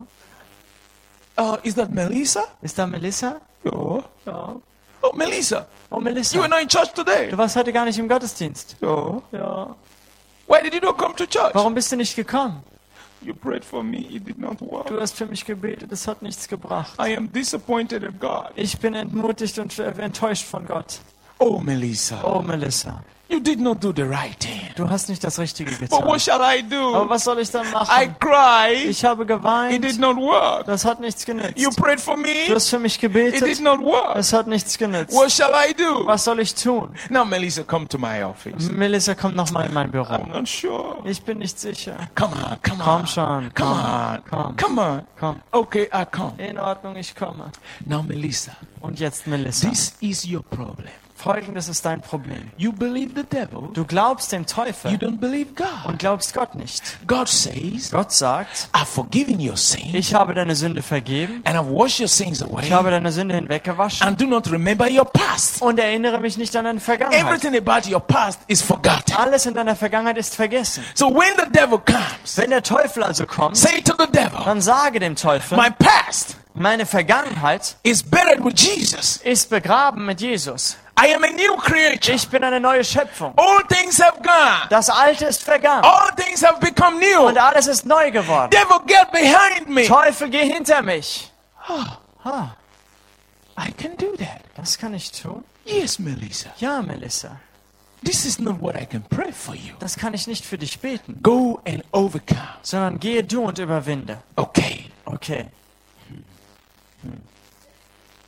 Uh, is that Melissa? Ist da Melissa? Yeah. Ja. Oh, Melissa, Oh, you were Melissa. not in church today. Du warst heute gar nicht im Gottesdienst. Yeah. Ja. Why did you not come to church? Warum bist du nicht gekommen? You prayed for me. It did not work. Du hast für mich gebetet, es hat nichts gebracht. I am disappointed in God. Ich bin entmutigt und äh, enttäuscht von Gott. Oh, Melissa, Oh, Melissa, you did not do the right thing. du hast nicht das Richtige But what getan. shall I Aber do? was soll ich dann I machen? cried. Ich habe It did geweint. not work. Das hat nichts You genützt. prayed for Du me. hast für mich It did gebetet. not work. Es hat nichts genützt. What shall I do? Was soll ich tun? Now, Melissa, come to my office. Melissa, komm noch mal in mein Büro. I'm not sure. Ich bin nicht sicher. Come on, come on. Komm schon. Come Komm. on. Komm. Come on. Komm. Okay, I come. In Ordnung, ich komme. Now, Melissa, Und jetzt, Melissa. this is your problem. Folgendes ist dein Problem. You believe the devil. Du glaubst dem You Teufel don't believe God. und glaubst Gott nicht. God says, Gott sagt, I've forgiven your sin ich habe deine Sünde vergeben. and I've washed your sins away. Ich habe deine Sünde hinweggewaschen. And do not remember your past. Und erinnere mich nicht an deine Vergangenheit. Everything about your past is forgotten. Alles in deiner Vergangenheit ist vergessen. So when the devil comes, Wenn der Teufel also kommt, say to the devil, dann sage dem Teufel, my past meine Vergangenheit is buried with Jesus. ist begraben mit Jesus. I am a new creature. Ich bin eine neue Schöpfung. All things have gone. Das Alte ist vergangen. All things have become new. Und alles ist neu geworden. Devil, get behind me. Teufel, geh hinter mich. Ah, I can do that. das kann ich tun? Yes, Melissa. Ja, Melissa. This is not what I can pray for you. Das kann ich nicht für dich beten. Go and overcome. Sondern gehe du und überwinde. Okay. Okay.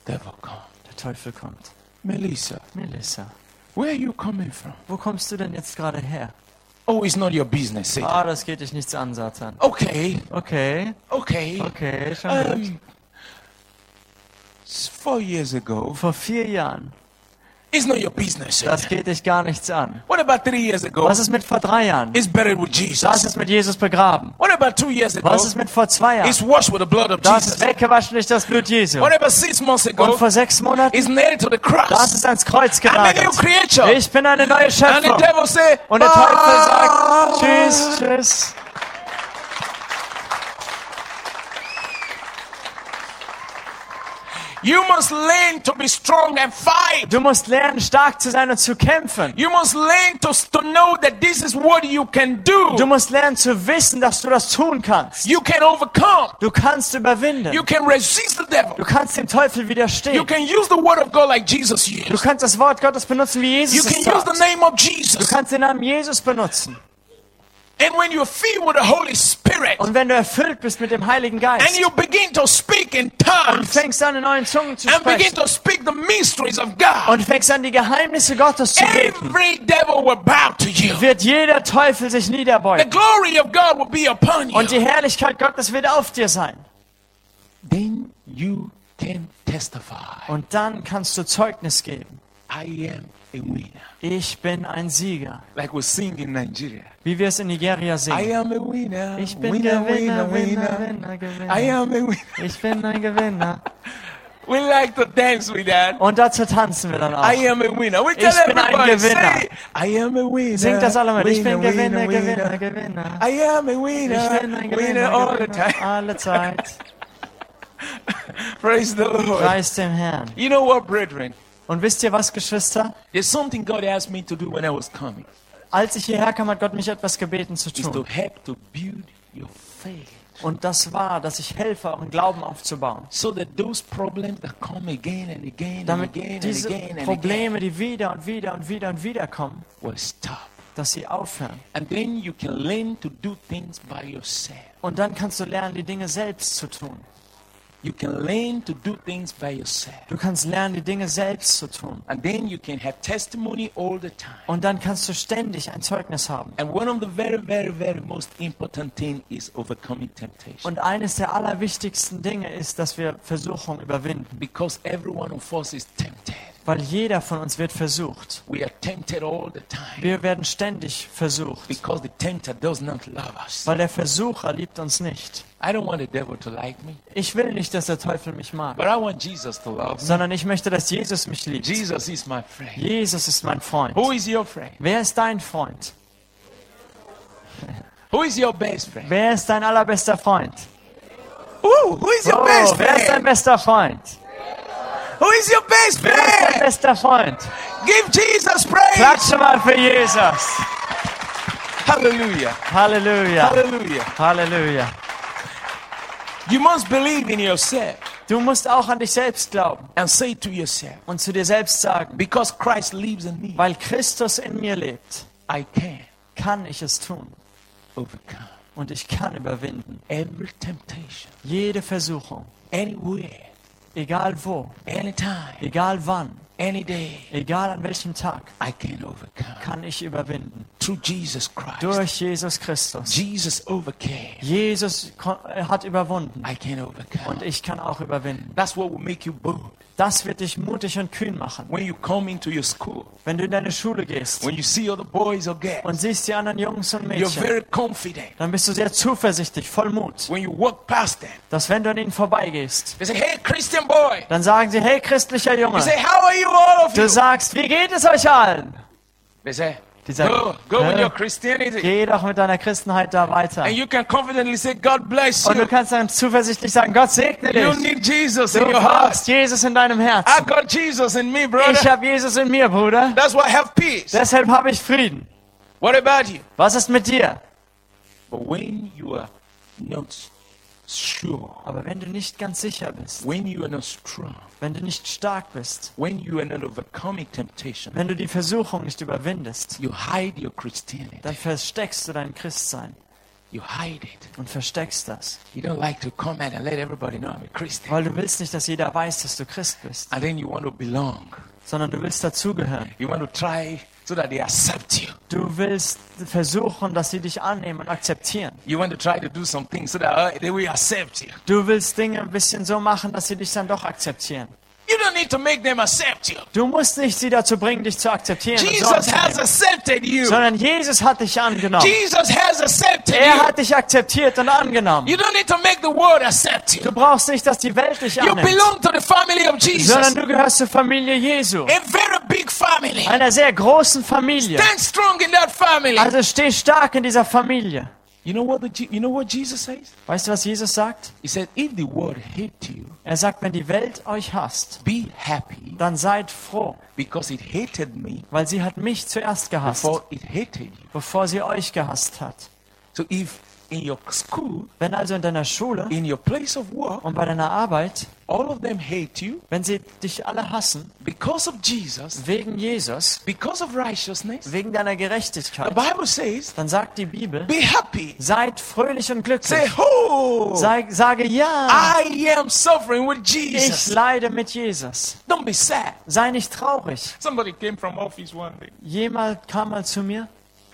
devil come. Der Teufel kommt. Melissa, Melissa, where are you coming from? wo kommst du denn jetzt gerade her? Oh, it's not your business, Satan. Ah, das geht dich nichts an, Satan. Okay, Okay, okay. okay, schon gut. Um, s- four years ago, Vor vier Jahren. it's not your business, Das Satan. geht dich gar nichts an. What about three years ago? Was ist mit vor drei Jahren? It's buried with Das Jesus. ist mit Jesus begraben. What about two years ago? Was ist mit vor zwei It's Jahren? washed with the blood of Das Jesus. ist weggewaschen durch das Blut Jesu. What about six months Und ago? vor sechs Monaten, It's nailed to the das cross. ist ans Kreuz I'm a new genagelt. creature. Ich bin eine neue And the Schöpfung. devil said, Und der Teufel "Ah." sagt, tschüss, tschüss. You must learn to be strong and fight. Du musst lernen, stark zu sein und zu kämpfen. You must learn to, to know that this is what you can do. Du musst lernen zu wissen, dass du das tun kannst. You can overcome. Du kannst überwinden. You can resist the devil. Du kannst dem Teufel You widerstehen. can use the word of God like Jesus Du used. kannst das Wort Gottes benutzen, wie You Jesus can es use the sagt. name of Du Jesus. kannst den Namen Jesus benutzen. And when you're filled with the Holy Spirit Und wenn du erfüllt bist mit dem Heiligen and Geist you begin to speak in und tongues fängst an, in neuen Zungen zu and begin sprechen to speak the mysteries of God, und fängst an, die Geheimnisse Gottes zu beten, every devil will bow to you. wird jeder Teufel sich The niederbeugen. glory of God will be upon Und die you. Herrlichkeit Gottes wird auf dir sein. Then you can testify. Und dann kannst du Zeugnis geben. I am a winner. Ich bin ein Sieger. Like we sing in Nigeria. Wie wir es in Nigeria I singen. am a winner. Ich bin winner, Gewinner, winner, Winner, winner. Winner, I Gewinner. am a winner. Ich bin ein Gewinner. We like to dance with that. Und dazu tanzen wir dann auch. I am a winner. We tell Ich bin ein everybody, Gewinner. say, I am a winner. Singt das alle mal. Ich bin Winner, Gewinner, winner, Gewinner, winner. Gewinner. I am a Ich winner. bin ein Winner Gewinner, all the Gewinner. time. Alle Zeit. Praise the Lord. Preis dem Herrn. You know what, brethren? Und wisst ihr was, Geschwister? There's something God asked me to do when I was coming. Als ich hierher kam, hat Gott mich etwas gebeten zu Is to tun. help to build your faith. Und das war, dass ich helfe, euren Glauben aufzubauen. So that those problems that come again and again and Damit again and diese again and again Probleme, die wieder und wieder und wieder und wieder kommen, will stop. dass sie aufhören. And then you can learn to do things by yourself. Und dann kannst du lernen, die Dinge selbst zu tun. You can learn to do things by yourself. Du kannst lernen, die Dinge selbst zu tun. And then you can have testimony all the time. Und dann kannst du ständig ein Zeugnis haben. And one of the very, very, very most important thing is overcoming temptation. Und eines der allerwichtigsten Dinge ist, dass wir Versuchung überwinden. Because every one of us is tempted. Weil jeder von uns wird versucht. We are tempted all the time. Wir werden ständig versucht. Because the tempter does not love us. Weil der Versucher liebt uns nicht. I don't want the devil to like me. Ich will nicht, dass der Teufel mich mag, But I want Jesus to love me. sondern ich möchte, dass Jesus mich liebt. Jesus is my friend. Jesus ist mein Freund. Who is your friend? Wer ist dein Freund? Who is your best friend? Wer ist dein allerbester Freund? Who? Who is your Oh, best wer ist dein friend? bester Freund? Who is your best Wer ist dein friend? bester Freund? Give Jesus praise. Klatsche mal für Jesus. Hallelujah. Halleluja. Hallelujah. Halleluja. You must believe in yourself Du musst auch an dich selbst glauben and say to yourself, und zu dir selbst sagen, because Christ lives in me, weil Christus in mir lebt, I can kann ich es tun overcome und ich kann überwinden. every temptation, Jede Versuchung, anywhere, egal wo, anytime, egal wann, any day, egal an welchem Tag, I can overcome kann ich überwinden. through Jesus Christ. Durch Jesus Christus. Jesus overcame. Jesus kon- er hat überwunden I can und overcome. ich kann auch überwinden. That's what will make you bold. Das wird dich mutig und kühn machen. When you come into your school, Wenn du in deine Schule gehst when you see other boys or girls, und siehst die anderen Jungs und you're Mädchen, very confident. dann bist du sehr zuversichtlich, voll Mut, When you walk past them, dass wenn du an ihnen vorbeigehst, they say, hey, Christian boy. dann sagen sie, hey christlicher You Junge, say, how are you, all of you? du sagst, wie geht es euch allen? They say, Die sagen, go, go with "Hä? your Christianity. Geh doch mit deiner Christenheit da weiter. And you can confidently say, God bless Und you. du kannst dann zuversichtlich sagen, Gott segne You dich. need Jesus Du in your heart. brauchst Jesus in deinem I Herzen. got Jesus in me, Ich brother. habe Jesus in mir, Bruder. That's why I have peace. Deshalb habe ich Frieden. What about you? Was ist mit dir? But when you are not sure, Aber wenn du nicht ganz sicher bist, when you are not strong, wenn du nicht stark bist, when you are not overcoming temptation, wenn du die Versuchung nicht überwindest, you hide your Christianity. dann versteckst du dein Christsein. You hide it. und versteckst das. You don't like to come out and let everybody know I'm a Christian. Weil du willst nicht, dass jeder weiß, dass du Christ bist, And then you want to belong. sondern du willst dazugehören. You want to try so that they accept you. Du willst versuchen, dass sie dich annehmen und akzeptieren. You want to try to do some things so that uh, they will accept you. Du willst Dinge ein bisschen so machen, dass sie dich dann doch akzeptieren. You don't need to make them accept you. Du musst nicht sie dazu bringen, dich zu akzeptieren, und so Jesus has anzunehmen, accepted you. sondern Jesus hat dich angenommen. Jesus has accepted Er you. hat dich akzeptiert und angenommen. You don't need to make the world accept Du you. brauchst nicht, dass die Welt dich You annimmt, belong to the family of Jesus. sondern du gehörst zur Familie Jesu. A very big family. Einer sehr großen Familie. Stand strong in that family. Also steh stark in dieser Familie. You know what the Je- you know what Jesus says? Weißt du, was Jesus sagt? He said, if the world hate you, Er sagt, wenn die Welt euch hasst, be happy dann seid froh, because it hated me weil sie hat mich zuerst gehasst, before it hated you. bevor sie euch gehasst hat. So if in your school, Wenn also in deiner Schule in your place of work, und bei deiner Arbeit, all of them hate you wenn sie dich alle hassen, because of Jesus, wegen Jesus, because of righteousness, wegen deiner the Gerechtigkeit, Bible says, dann sagt die Bibel, be happy. seid fröhlich und Say, glücklich. oh, Sei, sage ja, I am suffering with ich Jesus. leide mit Jesus. Don't be sad. Sei nicht traurig. Somebody came from office one day. Jemand kam mal zu mir.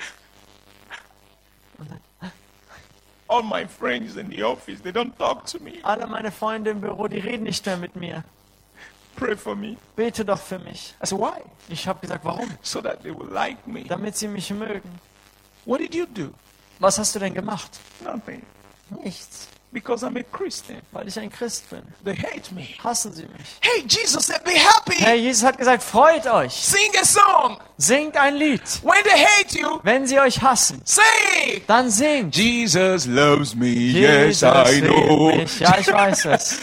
All my friends in the office, they don't talk to me. Alle meine Freunde im Büro, die reden nicht mehr mit mir. Pray for me. Bete doch für mich. I said, why? Ich habe gesagt, warum? So that they will like me. Damit sie mich mögen. What did you do? Was hast du denn gemacht? Nothing. Nichts. Because I'm a Christian. Weil ich ein Christ bin. They hate me. Hassen sie mich. Hey, Jesus said, be happy. Herr Jesus hat gesagt, freut euch. Sing a song. Singt ein Lied. When they hate you, Wenn sie euch hassen, sing. dann singt. Jesus loves me. Jesus liebt mich. Ja, ich weiß es.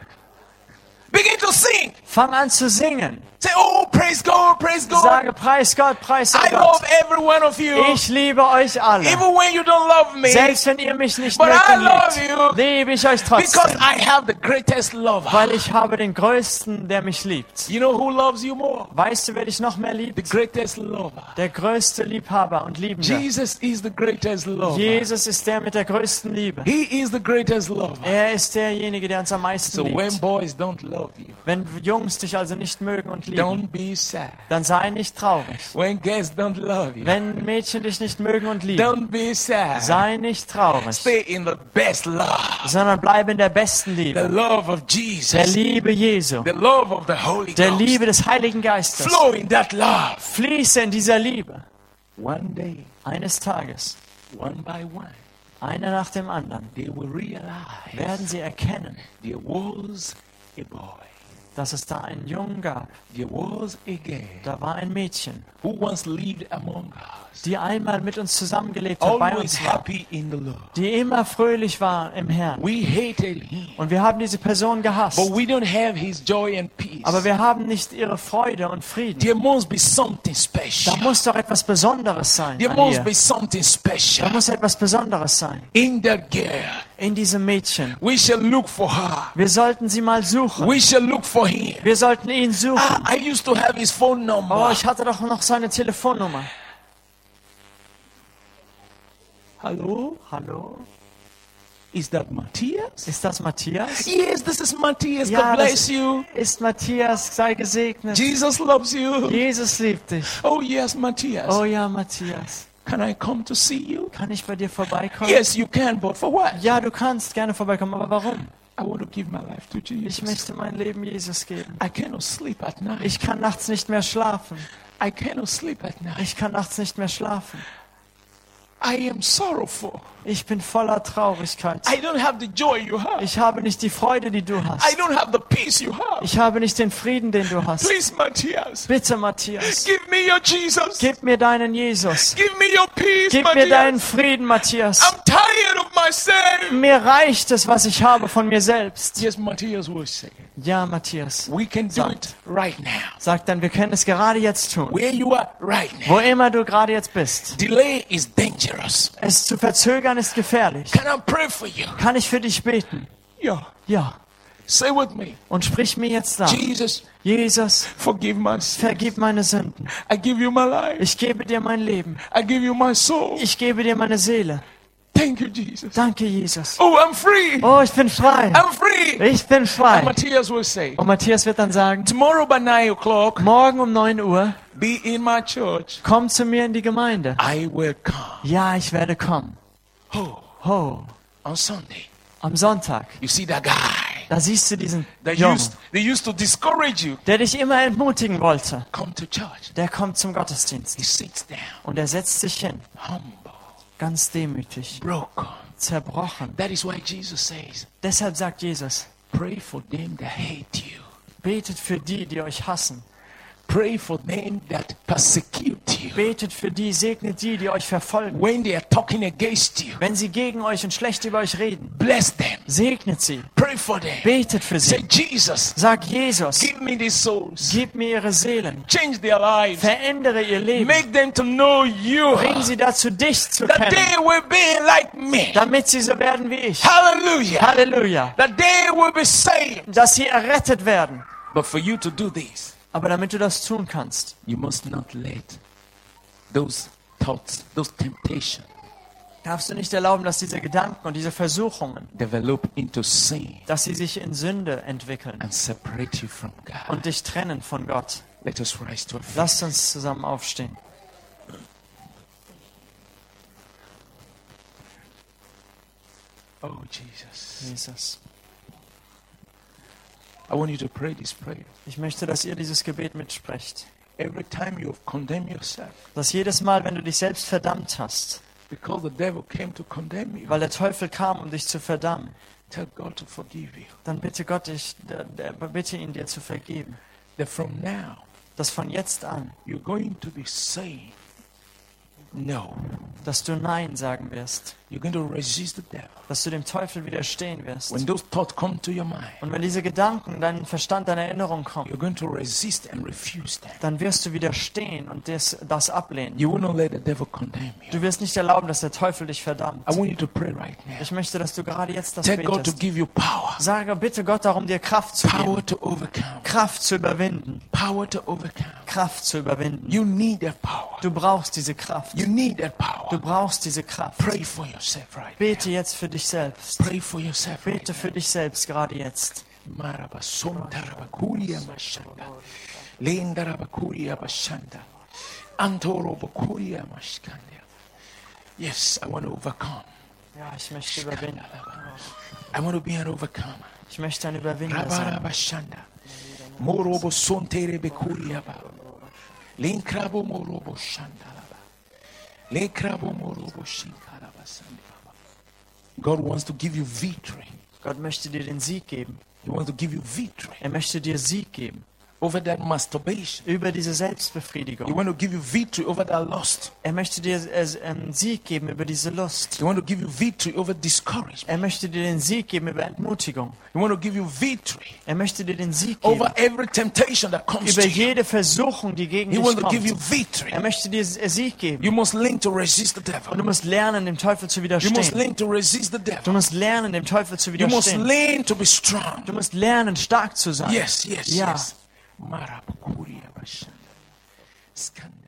Begin to sing. Fang an zu singen. Say, oh, praise God, praise God. Sage, preis Gott, preis I Gott. love every one of you. Ich liebe euch alle. Even when you don't love me. Selbst wenn ihr mich nicht But mögt I und love liebt, you. liebe ich euch Because trotzdem. I have the greatest lover. Weil ich habe den Größten, der mich liebt. You know who loves you more? Weißt du, wer dich noch mehr The liebt? greatest lover. Der größte Liebhaber und Liebende. Jesus is the greatest lover. Jesus ist der mit der größten Liebe. He is the greatest lover. Er ist derjenige, der uns am meisten So when liebt. boys don't love you, Wenn Jungs dich also nicht mögen und lieben, don't be sad. dann sei nicht traurig. When girls don't love you, Wenn Mädchen dich nicht mögen und lieben, don't be sad. sei nicht traurig, Stay in the best love. sondern bleib in der besten The Liebe. love of Der Jesus. Liebe Jesu. The love of the Holy Der Ghost. Liebe des Heiligen Geistes. Flow in that love. Fließe in dieser Liebe. One day, Eines Tages, one by one, einer nach dem anderen, they will realize werden sie erkennen, there was a boy. dass es da einen Jungen gab. There was a girl Da war ein Mädchen, who once lived among us, die einmal mit uns zusammengelebt hat, bei always uns war, happy in the Lord. die immer fröhlich war im Herrn. We hated him, Und wir haben diese Person gehasst. but we don't have his joy and peace. Aber wir haben nicht ihre Freude und Frieden. There must be something Da special. muss doch etwas Besonderes sein There an must ihr. be something Da special muss etwas Besonderes sein in that girl. in diesem Mädchen. We shall look for her. Wir sollten sie mal suchen. We shall look for him. Wir sollten ihn suchen. Ah, I used to have his phone Oh, number. ich hatte doch noch seine Telefonnummer. Hello? Hallo? Is that Matthias? Ist das Matthias? Yes, this is Matthias. Ja, God das bless you. ist Matthias. Sei gesegnet. Jesus loves you. Jesus liebt dich. Oh, yes, Matthias. Oh ja, Matthias. Can I come to see you? Kann ich bei dir vorbeikommen? Yes, you can, but for what? Ja, du kannst gerne vorbeikommen, aber warum? I want to give my life to Ich Jesus. möchte mein Leben Jesus geben. I cannot sleep at night. Ich kann nachts nicht mehr schlafen. I cannot sleep at night. Ich kann nachts nicht mehr schlafen. I am sorrowful. Ich bin voller Traurigkeit. I don't have the joy you have. Ich habe nicht die Freude, die du I hast. don't have the peace you have. Ich habe nicht den Frieden, den du hast. Please, Matthias, Bitte, Matthias, give me your Jesus. gib mir deinen Jesus. Give me your peace, Gib mir deinen Matthias. Frieden, Matthias. I'm tired of myself. Mir reicht es, was ich habe von mir selbst. Yes, Matthias was saying. Ja, Matthias. We can do it right now. Sag dann, wir können es gerade jetzt tun. Where you are right now. Wo immer du gerade jetzt bist. Delay is dangerous. Es zu verzögern ist gefährlich. Can I pray for you? Kann ich für dich beten? Yeah. Ja. Say with me. Und sprich mir jetzt nach. Jesus, Jesus, forgive my sins. vergib meine Sünden. I give you my life. Ich gebe dir mein Leben. I give you my soul. Ich gebe dir meine Seele. Thank you, Jesus. Danke, Jesus. Oh, I'm free. Oh, ich bin frei. I'm free. Ich bin And frei. Matthias will say, Und Matthias wird dann sagen, tomorrow by nine o'clock, morgen um neun Uhr, be in my church. komm zu mir in die Gemeinde. I will come. Ja, ich werde kommen. Oh, Oh, on Sunday. am Sonntag. You see that guy Da siehst du diesen that Jungen, used, they used to discourage you. der dich immer entmutigen wollte. Come to church. Der kommt zum Gottesdienst. He sits down, Und er setzt sich hin. humble, Ganz demütig. broken. Zerbrochen. That is why Jesus says, Deshalb sagt Jesus, pray for them that hate you. betet für die, die euch hassen. Pray for them that persecute you. Betet für die, segnet die, die euch verfolgen. When they are talking against you, Wenn sie gegen euch und schlecht über euch reden, bless them. segnet sie. Pray for them. Betet für Say, sie. Jesus, Sag Jesus, give me these souls. gib mir ihre Seelen. Change their lives. Verändere ihr Leben. Make them to know you. Bring sie dazu, dich zu That kennen. they will be like me. Damit sie so werden wie ich. Hallelujah. Halleluja. That they will be saved. Dass sie errettet werden. But for you to do this, Aber damit du das tun kannst, you must not let those thoughts, those temptations darfst du nicht erlauben, dass diese Gedanken und diese Versuchungen, develop into sin dass sie sich in Sünde entwickeln and separate you from God. und dich trennen von Gott. Let us rise to our feet. Lasst uns zusammen aufstehen. Oh, Jesus. Jesus. I want you to pray this prayer. Ich möchte, dass ihr dieses Gebet mitsprecht. Every time you have condemned yourself, Dass jedes Mal, wenn du dich selbst verdammt hast, because the devil came to condemn you, weil der Teufel kam, um dich zu verdammen, tell God to forgive you. dann bitte Gott dich, der- der- bitte ihn dir zu vergeben. That from now, Dass von jetzt an, you're going to be saying no. dass du Nein sagen wirst. You're going to resist the devil. Dass du dem Teufel widerstehen wirst. When those thoughts come to your mind, Und wenn diese Gedanken in deinen Verstand, deine Erinnerung kommen, you're going to resist and refuse them. dann wirst du widerstehen und das, das ablehnen. You will not let the devil condemn you. Du wirst nicht erlauben, dass der Teufel dich verdammt. I want you to pray right now. Ich möchte, dass du gerade jetzt das Tell God to betest. give you power. Sage bitte Gott darum, dir Kraft zu geben. Power to overcome. Kraft zu überwinden. Power to overcome. Kraft zu überwinden. You need that power. Du brauchst diese Kraft. You need that Du power. braust diese Kraft. Pray for yourself right now. Bete jetzt für dich selbst. Pray for yourself right Bete für dich selbst gerade jetzt. Marabasontarabakuriya mashanda. Lendarabakuriya bashanda. Antorobakuria mashkanda. Yes, I want to overcome. Ja, ich möchte überwinden. I want to be an overcomer. Ich möchte ein Überwinder sein. Rabarabashanda. Morobo sonterebekuriya ba. Lenkrabo morobo shandalaba. Lenkrabo morobo shinkaraba sandaba. God wants to give you victory. Gott möchte dir den Sieg geben. He wants to give you victory Er möchte dir Sieg geben over that masturbation. über diese He Selbstbefriedigung. wants to give you victory over that lust. Er möchte dir äh, ähm, Sieg geben über diese Lust. He wants to give you victory over discouragement. Er möchte dir den Sieg geben über Entmutigung. He wants to give you victory Er möchte dir den Sieg geben over every temptation that comes über to you. jede Versuchung, die gegen He dich wants to give you kommt. victory. Er möchte dir äh, Sieg geben. You must learn to resist the devil. Und du musst lernen, dem Teufel zu You must widerstehen. learn to resist the Du devil. musst lernen, dem Teufel zu You must widerstehen. learn to be strong. Du musst lernen, stark zu sein. Yes, yes, Ja. yes. Marabukuria bashanda. Skanda.